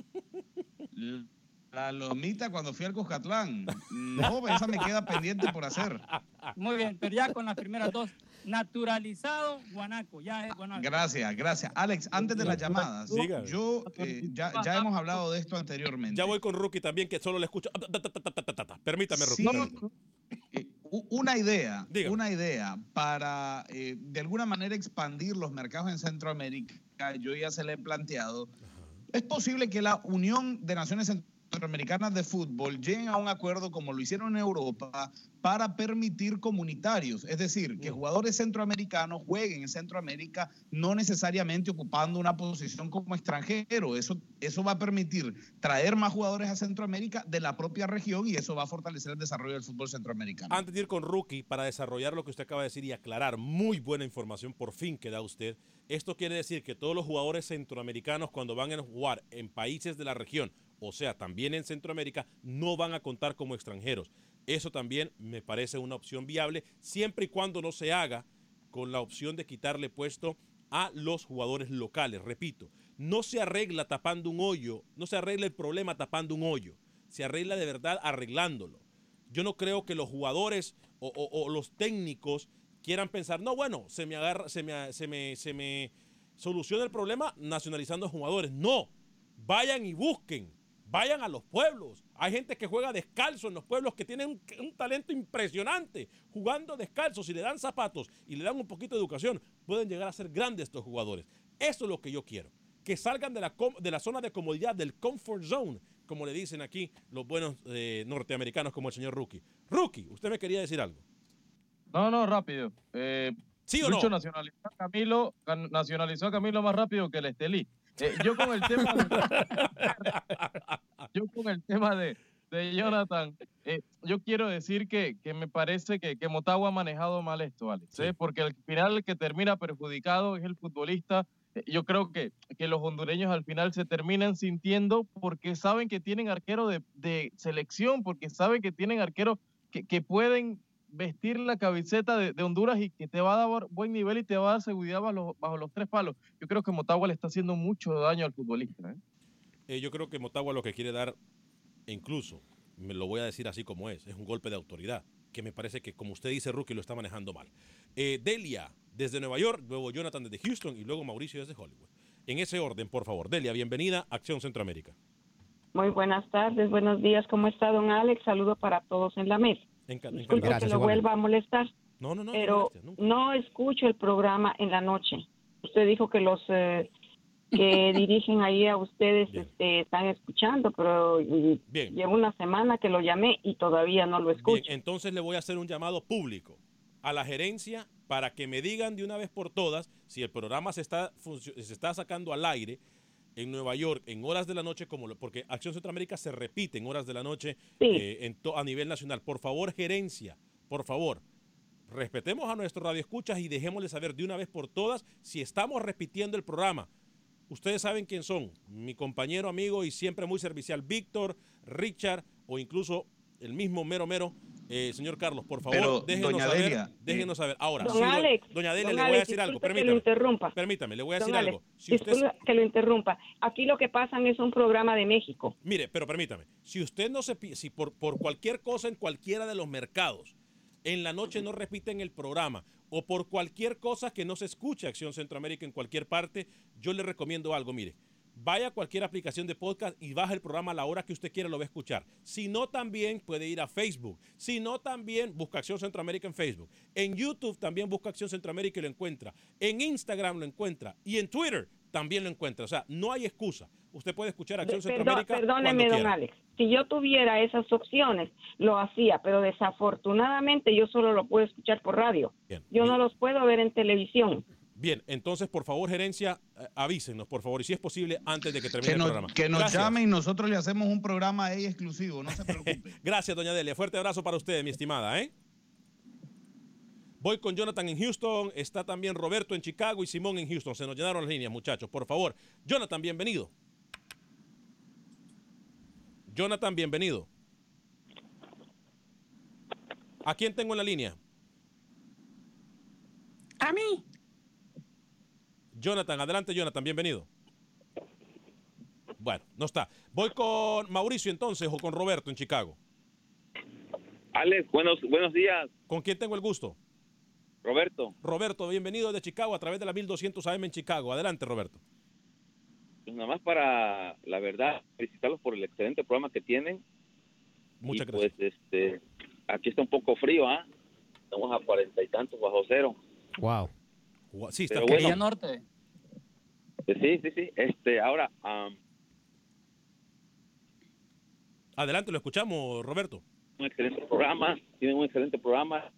La Lomita cuando fui al Cuscatlán. No, esa me queda pendiente por hacer. Muy bien, pero ya con las primeras dos. Naturalizado guanaco, ya es guanaco. Gracias, gracias. Alex, antes de las llamadas, Dígame. yo eh, ya, ya hemos hablado de esto anteriormente. Ya voy con Rookie también, que solo le escucho. Permítame, Rookie. Sí, eh, u- una idea, Dígame. una idea para eh, de alguna manera expandir los mercados en Centroamérica, yo ya se le he planteado. Es posible que la Unión de Naciones Centroamericanas de Fútbol lleguen a un acuerdo como lo hicieron en Europa para permitir comunitarios, es decir, que jugadores centroamericanos jueguen en Centroamérica no necesariamente ocupando una posición como extranjero. Eso, eso va a permitir traer más jugadores a Centroamérica de la propia región y eso va a fortalecer el desarrollo del fútbol centroamericano. Antes de ir con Rookie, para desarrollar lo que usted acaba de decir y aclarar, muy buena información por fin que da usted. Esto quiere decir que todos los jugadores centroamericanos cuando van a jugar en países de la región, o sea, también en Centroamérica, no van a contar como extranjeros. Eso también me parece una opción viable, siempre y cuando no se haga con la opción de quitarle puesto a los jugadores locales. Repito, no se arregla tapando un hoyo, no se arregla el problema tapando un hoyo, se arregla de verdad arreglándolo. Yo no creo que los jugadores o, o, o los técnicos quieran pensar, no, bueno, se me agarra, se me, se me, se me soluciona el problema nacionalizando jugadores. No, vayan y busquen. Vayan a los pueblos. Hay gente que juega descalzo en los pueblos que tienen un, un talento impresionante. Jugando descalzo, si le dan zapatos y le dan un poquito de educación, pueden llegar a ser grandes estos jugadores. Eso es lo que yo quiero. Que salgan de la, de la zona de comodidad, del comfort zone, como le dicen aquí los buenos eh, norteamericanos como el señor Rookie. Rookie, usted me quería decir algo. No, no, rápido. Eh, ¿Sí o Lucho no? nacionalizó a Camilo, can- nacionalizó a Camilo más rápido que el Estelí. Eh, yo con el tema de, yo con el tema de, de Jonathan, eh, yo quiero decir que, que me parece que, que Motagua ha manejado mal esto, Alex, ¿eh? Porque al final el que termina perjudicado es el futbolista. Eh, Yo creo que, que los hondureños al final se terminan sintiendo porque saben que tienen arquero de, de selección, porque saben que tienen arqueros que, que pueden vestir la camiseta de, de Honduras y que te va a dar buen nivel y te va a dar seguridad bajo los, bajo los tres palos. Yo creo que Motagua le está haciendo mucho daño al futbolista. ¿eh? Eh, yo creo que Motagua lo que quiere dar, e incluso, me lo voy a decir así como es, es un golpe de autoridad, que me parece que, como usted dice, Rookie, lo está manejando mal. Eh, Delia, desde Nueva York, luego Jonathan desde Houston y luego Mauricio desde Hollywood. En ese orden, por favor. Delia, bienvenida a Acción Centroamérica. Muy buenas tardes, buenos días. ¿Cómo está, don Alex? Saludo para todos en la mesa. Enca Disculpe que lo vuelva a molestar, no, no, no, pero no, molestia, no escucho el programa en la noche. Usted dijo que los eh, que dirigen ahí a ustedes este, están escuchando, pero Bien. llevo una semana que lo llamé y todavía no lo escucho. Bien, entonces le voy a hacer un llamado público a la gerencia para que me digan de una vez por todas si el programa se está, se está sacando al aire en Nueva York en horas de la noche, como lo, porque Acción Centroamérica se repite en horas de la noche sí. eh, en to, a nivel nacional. Por favor, gerencia, por favor, respetemos a nuestros radioescuchas y dejémosle saber de una vez por todas si estamos repitiendo el programa. Ustedes saben quién son, mi compañero, amigo y siempre muy servicial, Víctor, Richard o incluso el mismo mero mero, eh, señor Carlos, por favor, Pero, déjenos doña saber, Delia, déjenos saber. Ahora, Don sí, Alex, doña Delia, don le voy a Alex, decir algo, disculpe que permítame. lo interrumpa. Permítame, le voy a Don decir Alex, algo. Si usted, disculpe que lo interrumpa. Aquí lo que pasan es un programa de México. mire, pero permítame, si usted no se, pi- si por, por cualquier cosa en cualquiera de los mercados, en la noche no repiten el programa, o por cualquier cosa que no se escuche Acción Centroamérica en cualquier parte, yo le recomiendo algo, mire. Vaya a cualquier aplicación de podcast y baja el programa a la hora que usted quiera, lo va a escuchar. Si no, también puede ir a Facebook. Si no, también busca Acción Centroamérica en Facebook. En YouTube también busca Acción Centroamérica y lo encuentra. En Instagram lo encuentra. Y en Twitter también lo encuentra. O sea, no hay excusa. Usted puede escuchar Acción Perdón, Centroamérica perdóneme, cuando don quiera. Alex. Si yo tuviera esas opciones, lo hacía, pero desafortunadamente yo solo lo puedo escuchar por radio. Bien, Yo bien. no los puedo ver en televisión. Bien, entonces, por favor, gerencia, eh, avísenos, por favor, y si es posible, antes de que termine Que el nos, programa. que nos Gracias. llame y nosotros le hacemos un programa ahí exclusivo, no se preocupe. Gracias, doña Delia. Fuerte abrazo para usted, mi estimada, ¿eh? Voy con Jonathan en Houston, está también Roberto en Chicago y Simón en Houston. Se nos llenaron las líneas, muchachos, por favor. Jonathan, bienvenido. Jonathan, bienvenido. ¿A quién tengo en la línea? A mí. Jonathan, adelante Jonathan, bienvenido. Bueno, no está. Voy con Mauricio entonces o con Roberto en Chicago. Alex, buenos, buenos días. ¿Con quién tengo el gusto? Roberto. Roberto, bienvenido de Chicago a través de la mil doscientos A M en Chicago. Adelante, Roberto. Pues nada más para, la verdad, felicitarlos por el excelente programa que tienen. Muchas y gracias. Pues, este, aquí está un poco frío, ¿ah? ¿eh? Estamos a cuarenta y tantos bajo cero. Wow. Sí, está Pero bueno, norte. Sí, sí, sí. Este, ahora... Um, Adelante, lo escuchamos, Roberto. Un excelente programa, tienen un excelente programa.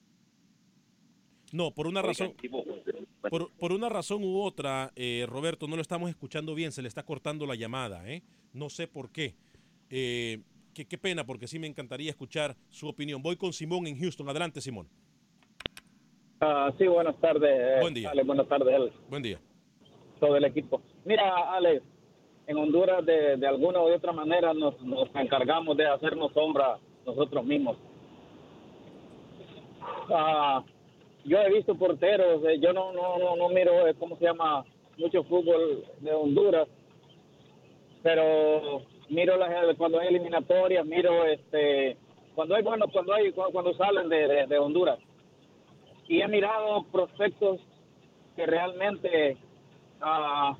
No, por una razón, por, por una razón u otra, eh, Roberto, no lo estamos escuchando bien, se le está cortando la llamada, ¿eh? No sé por qué. Eh, qué, qué pena, porque sí me encantaría escuchar su opinión. Voy con Simón en Houston. Adelante, Simón. Uh, sí, buenas tardes. Buen día. Alex, buenas tardes, Alex. Buen día. Todo el equipo. Mira, Alex, en Honduras de, de alguna u otra manera nos, nos encargamos de hacernos sombra nosotros mismos. Uh, yo he visto porteros, eh, yo no no no no miro, eh, ¿cómo se llama? Mucho fútbol de Honduras, pero miro las, cuando hay eliminatorias, miro este cuando hay bueno cuando hay cuando, cuando salen de, de, de Honduras, y he mirado prospectos que realmente uh,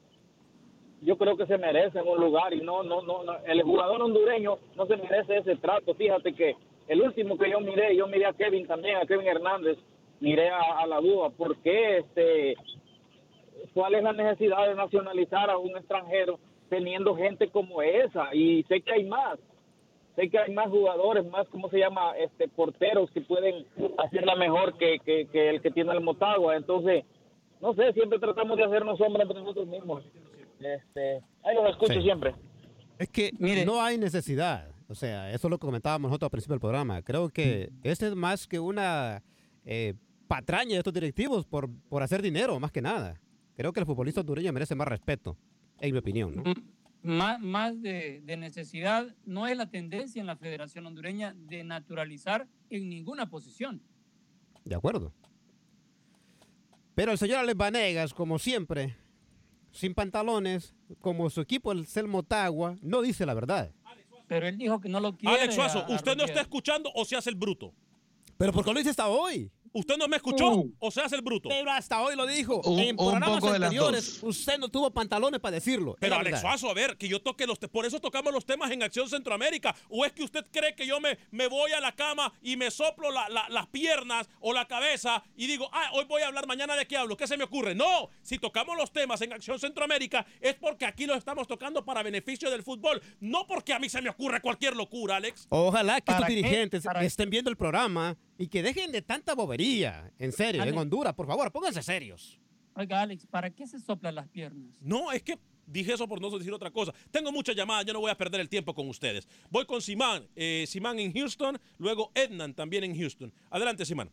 yo creo que se merecen un lugar, y no, no, no, no, el jugador hondureño no se merece ese trato. Fíjate que el último que yo miré, yo miré a Kevin también, a Kevin Hernández, miré a, a la Búa. ¿Por qué? Este, ¿cuál es la necesidad de nacionalizar a un extranjero teniendo gente como esa? Y sé que hay más, sé que hay más jugadores, más, ¿cómo se llama? Este, porteros que pueden hacerla mejor que, que, que el que tiene el Motagua. Entonces, no sé, siempre tratamos de hacernos sombra entre nosotros mismos. Este, ahí los escucho Sí. siempre. Es que Mire. no hay necesidad. O sea, eso es lo que comentábamos nosotros al principio del programa. Creo que este es más que una eh, patraña de estos directivos por, por hacer dinero, más que nada. Creo que el futbolista hondureño merece más respeto, en mi opinión, ¿no? Más, más de, de necesidad, no es la tendencia en la Federación Hondureña de naturalizar en ninguna posición. De acuerdo. Pero el señor Alex Vanegas, como siempre, sin pantalones, como su equipo, el Cel Motagua, no dice la verdad. Pero él dijo que no lo quiere. Alex Suazo, a- a ¿usted no Roger. está escuchando o se hace el bruto? ¿Pero por qué lo dice hasta hoy? ¿Usted no me escuchó Uh. o se hace el bruto? Pero hasta hoy lo dijo. Un- en un programas poco de las anteriores, usted no tuvo pantalones para decirlo. Pero Es la Alex verdad. Suazo, a ver, que yo toque los... te- Por eso tocamos los temas en Acción Centroamérica. ¿O es que usted cree que yo me, me voy a la cama y me soplo la- la- las piernas o la cabeza y digo, ah, hoy voy a hablar, mañana de qué hablo? ¿Qué se me ocurre? No, si tocamos los temas en Acción Centroamérica es porque aquí los estamos tocando para beneficio del fútbol. No porque a mí se me ocurre cualquier locura, Alex. Ojalá que ¿Para estos qué? dirigentes ¿Para- estén viendo el programa y que dejen de tanta bobería. En serio, Alex. en Honduras, por favor, pónganse serios. Oiga, Alex, ¿para qué se soplan las piernas? No, es que dije eso por no decir otra cosa. Tengo muchas llamadas, yo no voy a perder el tiempo con ustedes. Voy con Simán, eh, Simán en Houston, luego Ednan también en Houston. Adelante, Simán.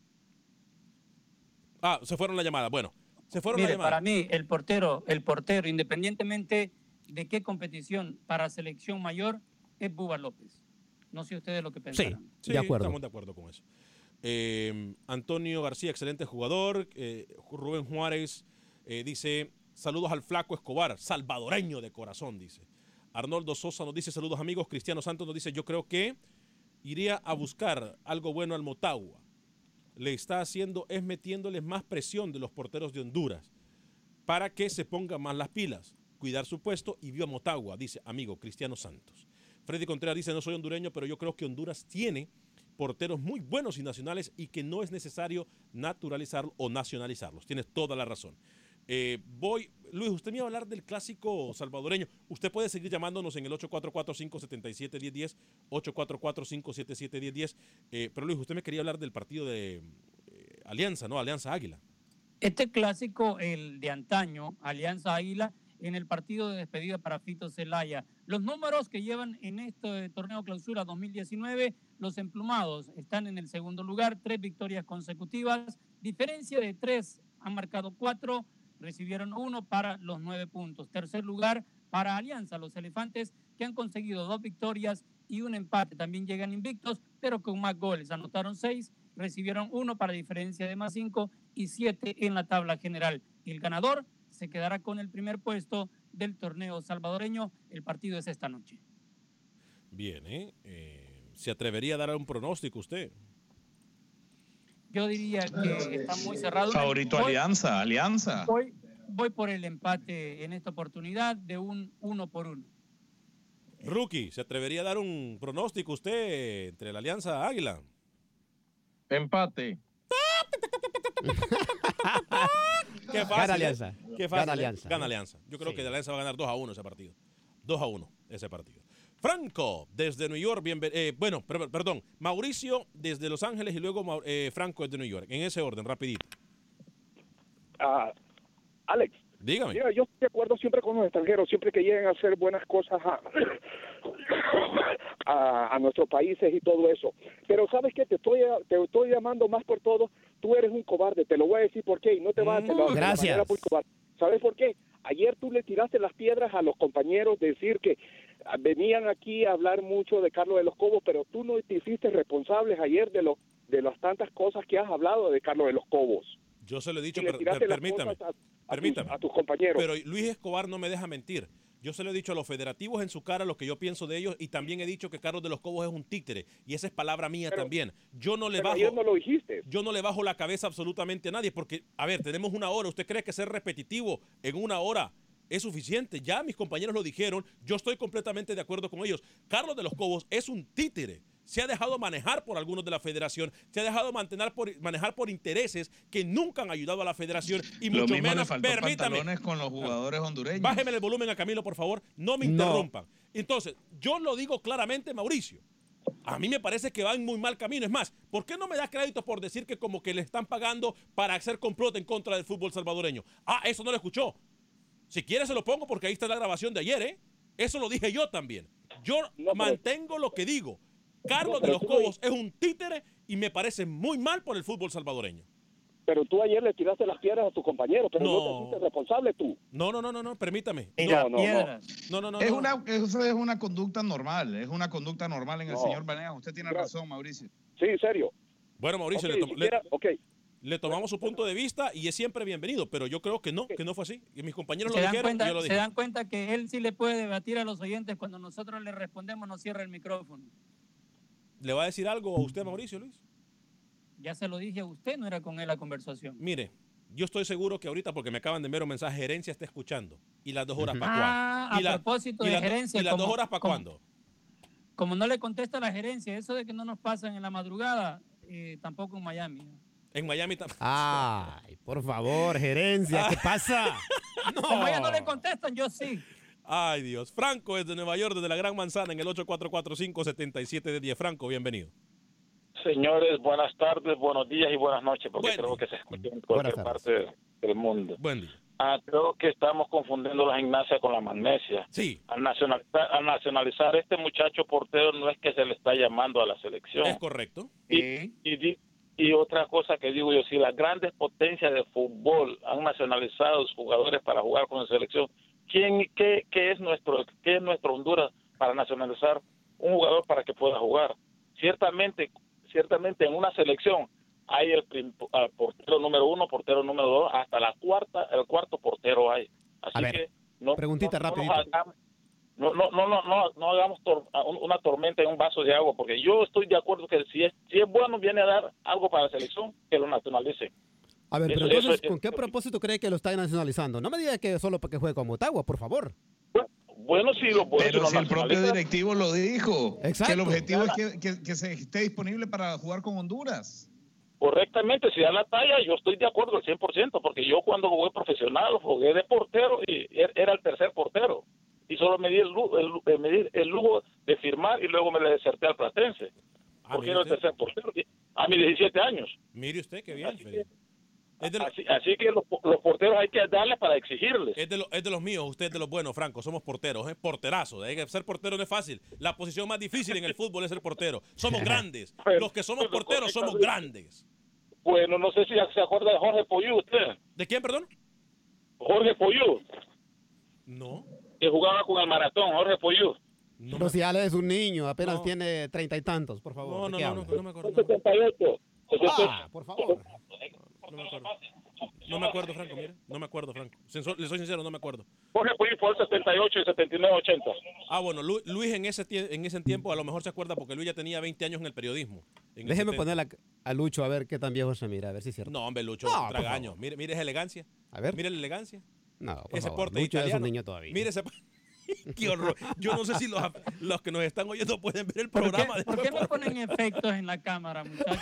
Ah, se fueron la llamada. Bueno, se fueron Mire, la llamada. para mí, el portero, el portero, independientemente de qué competición para selección mayor, es Búba López. No sé ustedes lo que pensarán. Sí, estamos de acuerdo con eso. Eh, Antonio García, excelente jugador. Eh, Rubén Juárez eh, dice, saludos al flaco Escobar, salvadoreño de corazón, dice. Arnoldo Sosa nos dice, saludos amigos. Cristiano Santos nos dice, yo creo que iría a buscar algo bueno al Motagua. Le está haciendo, es metiéndoles más presión de los porteros de Honduras para que se pongan más las pilas, cuidar su puesto y vio a Motagua, dice amigo Cristiano Santos. Freddy Contreras dice, no soy hondureño, pero yo creo que Honduras tiene porteros muy buenos y nacionales y que no es necesario naturalizarlos o nacionalizarlos. Tienes toda la razón. Eh, voy, Luis, usted me iba a hablar del clásico salvadoreño. Usted puede seguir llamándonos en el ocho cuatro cuatro, cinco siete siete, uno cero uno cero, ocho cuatro cuatro, cinco siete siete, uno cero uno cero. Eh, pero Luis, usted me quería hablar del partido de eh, Alianza, ¿no? Alianza Águila. Este clásico, el de antaño, Alianza Águila, en el partido de despedida para Fito Zelaya. Los números que llevan en este torneo clausura dos mil diecinueve, los emplumados están en el segundo lugar, tres victorias consecutivas, diferencia de tres, han marcado cuatro, recibieron uno para los nueve puntos. Tercer lugar para Alianza, los elefantes, que han conseguido dos victorias y un empate. También llegan invictos, pero con más goles. Anotaron seis, recibieron uno para diferencia de más cinco y siete en la tabla general. El ganador se quedará con el primer puesto del torneo salvadoreño. El partido es esta noche. Bien, ¿eh? eh ¿Se atrevería a dar un pronóstico usted? Yo diría que está muy cerrado. Favorito voy, Alianza, Alianza. Voy, voy por el empate en esta oportunidad de un uno por uno. Rookie, ¿se atrevería a dar un pronóstico usted entre la Alianza Águila? Empate. Qué fácil. Gana Alianza. Qué fácil. Gana Alianza. Gana Alianza. Yo creo sí. que Alianza va a ganar dos a uno ese partido. dos a uno ese partido. Franco, desde New York, bienven eh, bueno, per perdón, Mauricio desde Los Ángeles y luego eh, Franco desde New York. En ese orden, rapidito. Uh, Alex. Dígame. Mira, yo estoy de acuerdo siempre con los extranjeros, siempre que lleguen a hacer buenas cosas a, a, a nuestros países y todo eso. Pero ¿sabes qué? Te estoy, te estoy llamando más por todo. Tú eres un cobarde, te lo voy a decir por qué y no te vas a hacer uh, Gracias. de manera muy cobarde. ¿Sabes por qué? Ayer tú le tiraste las piedras a los compañeros, decir que venían aquí a hablar mucho de Carlos de los Cobos, pero tú no te hiciste responsables ayer de, lo, de las tantas cosas que has hablado de Carlos de los Cobos. Yo se lo he dicho, per, per, permítame, a, a permítame. Tus, a tus compañeros. Pero Luis Escobar no me deja mentir. Yo se lo he dicho a los federativos en su cara lo que yo pienso de ellos y también he dicho que Carlos de los Cobos es un títere y esa es palabra mía pero, también. Yo no le bajo. Ayer no lo dijiste. Yo no le bajo la cabeza absolutamente a nadie porque, a ver, tenemos una hora. ¿Usted cree que ser repetitivo en una hora es suficiente? Ya mis compañeros lo dijeron. Yo estoy completamente de acuerdo con ellos. Carlos de los Cobos es un títere. Se ha dejado manejar por algunos de la federación, se ha dejado mantener por, manejar por intereses que nunca han ayudado a la federación y Lo mucho mismo menos, le faltó permítame. pantalones con los jugadores hondureños. Bájeme el volumen a Camilo, por favor, no me interrumpan. No. Entonces, yo lo digo claramente, Mauricio, a mí me parece que va en muy mal camino. Es más, ¿por qué no me da crédito por decir que como que le están pagando para hacer complot en contra del fútbol salvadoreño? Ah, eso no lo escuchó. Si quiere se lo pongo porque ahí está la grabación de ayer, ¿eh? Eso lo dije yo también. Yo no, mantengo lo que digo. Carlos de los Cobos es un títere y me parece muy mal por el fútbol salvadoreño. Pero tú ayer le tiraste las piedras a tus compañeros, pero no, no te hiciste responsable tú. No, no, no, no, no, permítame. No, no, no. no, no, no es, no. Una, eso es una conducta normal, es una conducta normal en el no. señor Vanegas. Usted tiene Pero, razón, Mauricio. Sí, en serio. Bueno, Mauricio, okay, le, to si quiera, le, okay. le tomamos su punto de vista y es siempre bienvenido, pero yo creo que no, que no fue así. Y mis compañeros se lo dan dijeron cuenta, y yo lo dije. Se dan cuenta que él sí le puede debatir a los oyentes cuando nosotros le respondemos, nos cierra el micrófono. ¿Le va a decir algo a usted, Mauricio, Luis? Ya se lo dije a usted, no era con él la conversación. Mire, yo estoy seguro que ahorita, porque me acaban de enviar un mensaje, gerencia está escuchando. ¿Y las dos horas para ah, cuándo? ¿Y a la, propósito y de la, gerencia. ¿Y las como, dos horas para cuándo? Como no le contesta la gerencia, eso de que no nos pasan en la madrugada, eh, tampoco en Miami. En Miami tampoco. Ay, por favor, gerencia, ¿qué pasa? No. Como ellos no le contestan, yo sí. Ay, Dios. Franco es de Nueva York, desde la Gran Manzana, en el ocho cuatro cuatro cinco siete siete diez. Franco, bienvenido. Señores, buenas tardes, buenos días y buenas noches, porque Buen creo que se escucha en cualquier parte del mundo. Buen día. Ah, creo que estamos confundiendo la gimnasia con la magnesia. Sí. Al nacionalizar, al nacionalizar este muchacho portero no es que se le está llamando a la selección. Es correcto. Y, ¿Eh? y, y otra cosa que digo yo, si las grandes potencias de fútbol han nacionalizado sus jugadores para jugar con la selección, ¿quién, qué, qué es nuestro, qué es nuestro Honduras para nacionalizar un jugador para que pueda jugar? Ciertamente, ciertamente en una selección hay el prim, uh, portero número uno, portero número dos, hasta la cuarta, el cuarto portero hay. Así a ver, que no, preguntita no, rapidito. No, no, no, no, no, no hagamos tor una tormenta en un vaso de agua, porque yo estoy de acuerdo que si es, si es bueno viene a dar algo para la selección, que lo nacionalice. A ver, eso, pero entonces, eso, ¿con eso, qué propósito cree que lo está nacionalizando? No me diga que solo para que juegue con Motagua, por favor. Bueno, sí, lo bueno, Pero si, si el propio directivo lo dijo, Exacto. que el objetivo es que, que, que se esté disponible para jugar con Honduras. Correctamente, si da la talla, yo estoy de acuerdo al cien por ciento, porque yo cuando jugué profesional, jugué de portero y era el tercer portero. Y solo me di el lujo, el, me di el lujo de firmar y luego me le deserté al Platense. Ah, porque era el tercer portero a mis diecisiete años. Mire usted, qué bien, que, Es de lo- así, así que los, los porteros hay que darles para exigirles. Es de, lo- es de los míos, usted es de los buenos, Franco. Somos porteros, es porterazo. Hay que ser portero no es fácil. La posición más difícil en el fútbol es ser portero. Somos grandes. Los que somos porteros somos grandes. Bueno, no sé si se acuerda de Jorge Poyú usted. ¿De quién, perdón? Jorge Poyú. No. Que jugaba con el Maratón, Jorge Poyú. Pero si Ale es un niño, apenas tiene treinta y tantos, por favor. No, ¿de no, qué no, habla? no, no me acuerdo. setenta y ocho. Ah, por favor. No me acuerdo. No me acuerdo, Franco, mire. No me acuerdo, Franco. Sincer- Le soy sincero, no me acuerdo. Jorge Poyú fue el setenta y ocho y setenta y nueve ochenta. Ah, bueno, Lu- Luis en ese, tie- en ese tiempo a lo mejor se acuerda porque Luis ya tenía veinte años en el periodismo. En el Déjeme setenta. poner a, a Lucho a ver qué tan viejo se mira, a ver si es cierto. No, hombre, Lucho, No, por tragaño. favor. Mire, mire esa elegancia. A ver. Mire la elegancia. No, por Ese favor. porte Lucho es un italiano. niño todavía. Mire ese... Qué horror. Yo no sé si los, los que nos están oyendo pueden ver el ¿Por qué, programa. ¿por qué me ponen efectos en la cámara, muchachos?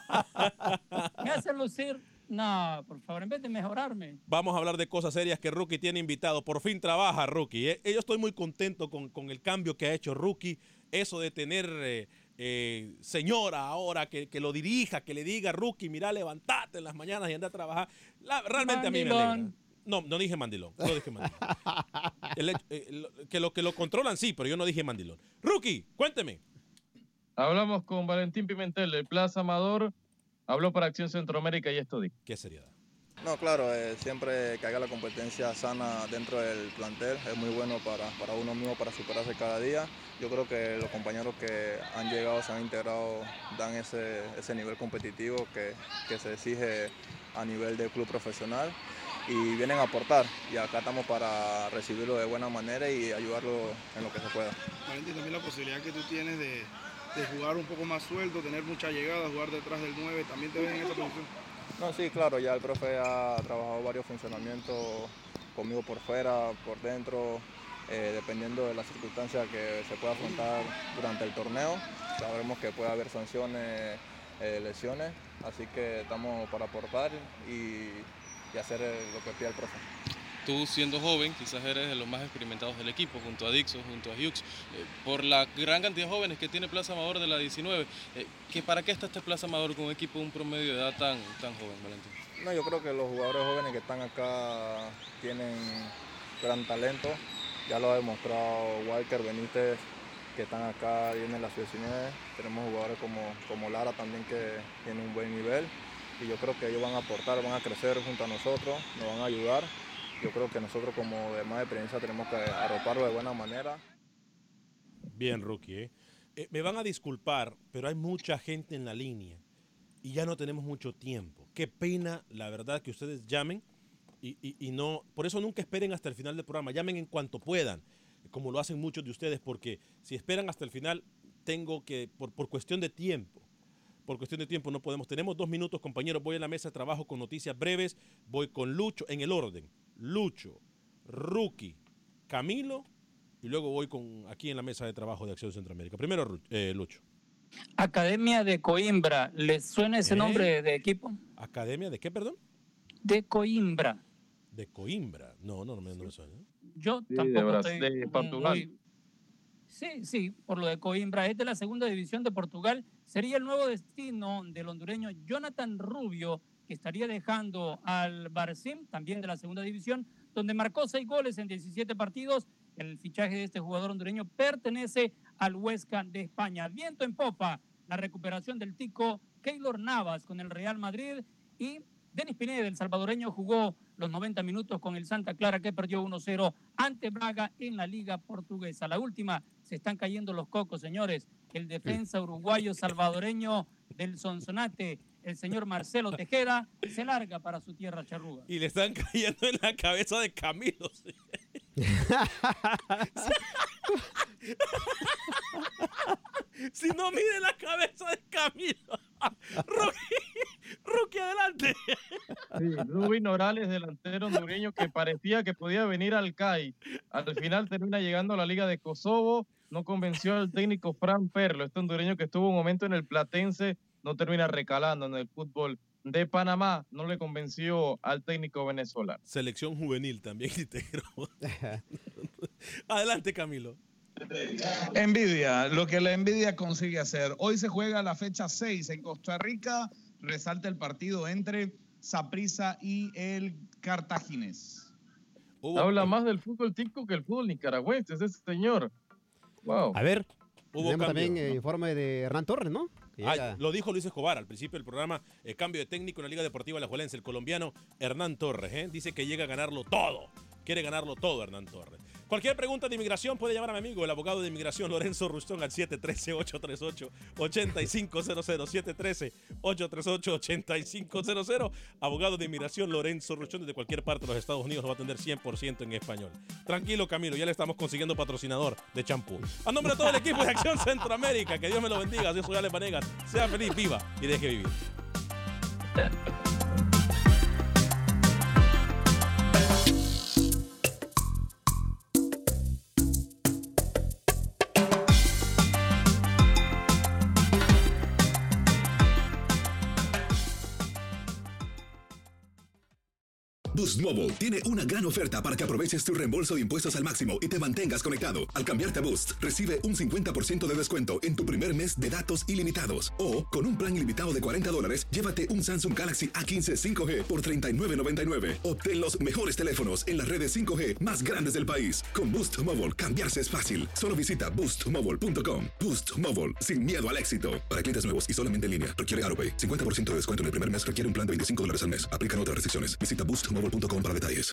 Me hacen lucir... No, por favor, en vez de mejorarme. Vamos a hablar de cosas serias que Rookie tiene invitado. Por fin trabaja Rookie. ¿eh? Yo estoy muy contento con, con el cambio que ha hecho Rookie. Eso de tener eh, eh, señora ahora que, que lo dirija, que le diga, Rookie, mira, levantate en las mañanas y anda a trabajar. La- realmente a mí me alegra. Mandilón. No, no dije mandilón. No dije mandilón. El hecho- eh, lo- que, lo, que lo controlan sí, pero yo no dije mandilón. Rookie, cuénteme. Hablamos con Valentín Pimentel del Plaza Amador. Habló para Acción Centroamérica y esto dijo. Qué seriedad. No, claro, eh, siempre que haga la competencia sana dentro del plantel es muy bueno para, para uno mismo, para superarse cada día. Yo creo que los compañeros que han llegado, se han integrado, dan ese, ese nivel competitivo que, que se exige a nivel del club profesional y vienen a aportar. Y acá estamos para recibirlo de buena manera y ayudarlo en lo que se pueda. Valentín, también la posibilidad que tú tienes de, de jugar un poco más suelto, tener mucha llegada, jugar detrás del nueve, ¿también te ves en esa posición? No, sí, claro, ya el profe ha trabajado varios funcionamientos conmigo por fuera, por dentro, eh, dependiendo de las circunstancias que se pueda afrontar durante el torneo. Sabremos que puede haber sanciones, eh, lesiones, así que estamos para aportar y, y hacer eh, lo que pide el profe. Tú siendo joven, quizás eres de los más experimentados del equipo, junto a Dixon, junto a Hughes, eh, por la gran cantidad de jóvenes que tiene Plaza Amador de la diecinueve, eh, ¿que ¿para qué está este Plaza Amador con un equipo de un promedio de edad tan, tan joven, Valentín? No, yo creo que los jugadores jóvenes que están acá tienen gran talento, ya lo ha demostrado Walker Benítez, que están acá, vienen las diecinueve, tenemos jugadores como, como Lara también que tienen un buen nivel y yo creo que ellos van a aportar, van a crecer junto a nosotros, nos van a ayudar. Yo creo que nosotros como de más experiencia tenemos que arroparlo de buena manera. Bien, Rookie. ¿eh? Eh, me van a disculpar, pero hay mucha gente en la línea y ya no tenemos mucho tiempo. Qué pena, la verdad, que ustedes llamen y, y, y no, por eso nunca esperen hasta el final del programa. Llamen en cuanto puedan, como lo hacen muchos de ustedes, porque si esperan hasta el final, tengo que, por, por cuestión de tiempo, por cuestión de tiempo no podemos. Tenemos dos minutos, compañeros. Voy a la mesa de trabajo con noticias breves. Voy con Lucho en el orden. Lucho, Rookie, Camilo y luego voy con aquí en la mesa de trabajo de Acción Centroamérica. Primero, Ru- eh, Lucho. Academia de Coimbra. ¿Les suena ese ¿Eh? nombre de equipo? ¿Academia de qué, perdón? De Coimbra. De Coimbra. No, no, no me, no me suena. Yo Sí, tampoco de Brasil, estoy de Portugal. muy- Sí, sí, por lo de Coimbra. Es de la segunda división de Portugal. Sería el nuevo destino del hondureño Jonathan Rubio, que estaría dejando al Barcim, también de la segunda división, donde marcó seis goles en diecisiete partidos. El fichaje de este jugador hondureño pertenece al Huesca de España. Viento en popa, la recuperación del tico Keylor Navas con el Real Madrid y Denis Pineda, el salvadoreño, jugó los noventa minutos con el Santa Clara, que perdió uno cero ante Braga en la Liga Portuguesa. La última, se están cayendo los cocos, señores. El defensa uruguayo salvadoreño del Sonsonate, el señor Marcelo Tejeda, se larga para su tierra charrúa. Y le están cayendo en la cabeza de Camilo. ¿sí? Si no, mire la cabeza de Camilo. Rookie, Rookie, adelante. Sí, Rubin Orales, delantero hondureño que parecía que podía venir al C A I. Al final termina llegando a la Liga de Kosovo. No convenció al técnico Fran Perlo, este hondureño que estuvo un momento en el Platense, no termina recalando en el fútbol de Panamá. No le convenció al técnico venezolano. Selección juvenil también integró. Adelante, Camilo. Envidia, lo que la envidia consigue hacer. Hoy se juega la fecha seis en Costa Rica. Resalta el partido entre Saprissa y el Cartaginés. Uh, Habla uh, más del fútbol tico que el fútbol nicaragüense, ese señor. Wow. A ver, hubo tenemos también eh, informe de Hernán Torres, ¿no? Ah, llega... Lo dijo Luis Escobar al principio del programa, el cambio de técnico en la Liga Deportiva Alajuelense, el colombiano Hernán Torres, ¿eh? Dice que llega a ganarlo todo, quiere ganarlo todo Hernán Torres. Cualquier pregunta de inmigración puede llamar a mi amigo, el abogado de inmigración Lorenzo Rustón al siete uno tres, ocho tres ocho, ocho cinco cero cero, siete uno tres, ocho tres ocho, ocho cinco cero cero. Abogado de inmigración Lorenzo Rustón desde cualquier parte de los Estados Unidos, lo va a atender cien por ciento en español. Tranquilo, Camilo, ya le estamos consiguiendo patrocinador de champú. A nombre de todo el equipo de Acción Centroamérica, que Dios me lo bendiga. Yo soy Ale Vanegas. Sea feliz, viva y deje vivir. Boost Mobile tiene una gran oferta para que aproveches tu reembolso de impuestos al máximo y te mantengas conectado. Al cambiarte a Boost, recibe un cincuenta por ciento de descuento en tu primer mes de datos ilimitados. O, con un plan ilimitado de cuarenta dólares, llévate un Samsung Galaxy A quince cinco G por treinta y nueve noventa y nueve. Obtén los mejores teléfonos en las redes cinco G más grandes del país. Con Boost Mobile, cambiarse es fácil. Solo visita boost mobile punto com. Boost Mobile, sin miedo al éxito. Para clientes nuevos y solamente en línea, requiere AutoPay. cincuenta por ciento de descuento en el primer mes, requiere un plan de veinticinco dólares al mes. Aplican otras restricciones. Visita boost mobile punto com para detalles.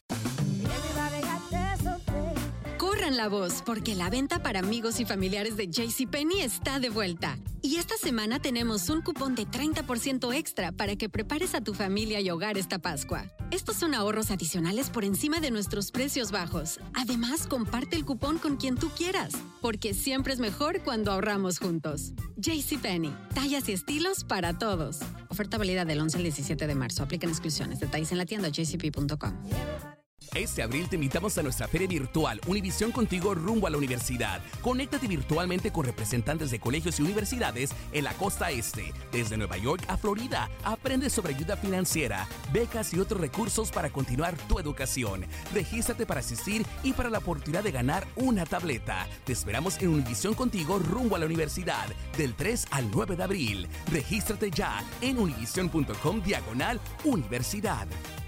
Corran la voz, porque la venta para amigos y familiares de JCPenney está de vuelta. Y esta semana tenemos un cupón de treinta por ciento extra para que prepares a tu familia y hogar esta Pascua. Estos son ahorros adicionales por encima de nuestros precios bajos. Además, comparte el cupón con quien tú quieras, porque siempre es mejor cuando ahorramos juntos. JCPenney, tallas y estilos para todos. Oferta válida del once al diecisiete de marzo. Aplican exclusiones. Detalles en la tienda j c p punto com. Este abril te invitamos a nuestra feria virtual Univisión Contigo rumbo a la universidad. Conéctate virtualmente con representantes de colegios y universidades en la costa este, desde Nueva York a Florida. Aprende sobre ayuda financiera, becas y otros recursos para continuar tu educación. Regístrate para asistir y para la oportunidad de ganar una tableta. Te esperamos en Univisión Contigo rumbo a la universidad del tres al nueve de abril. Regístrate ya en univision punto com diagonal universidad.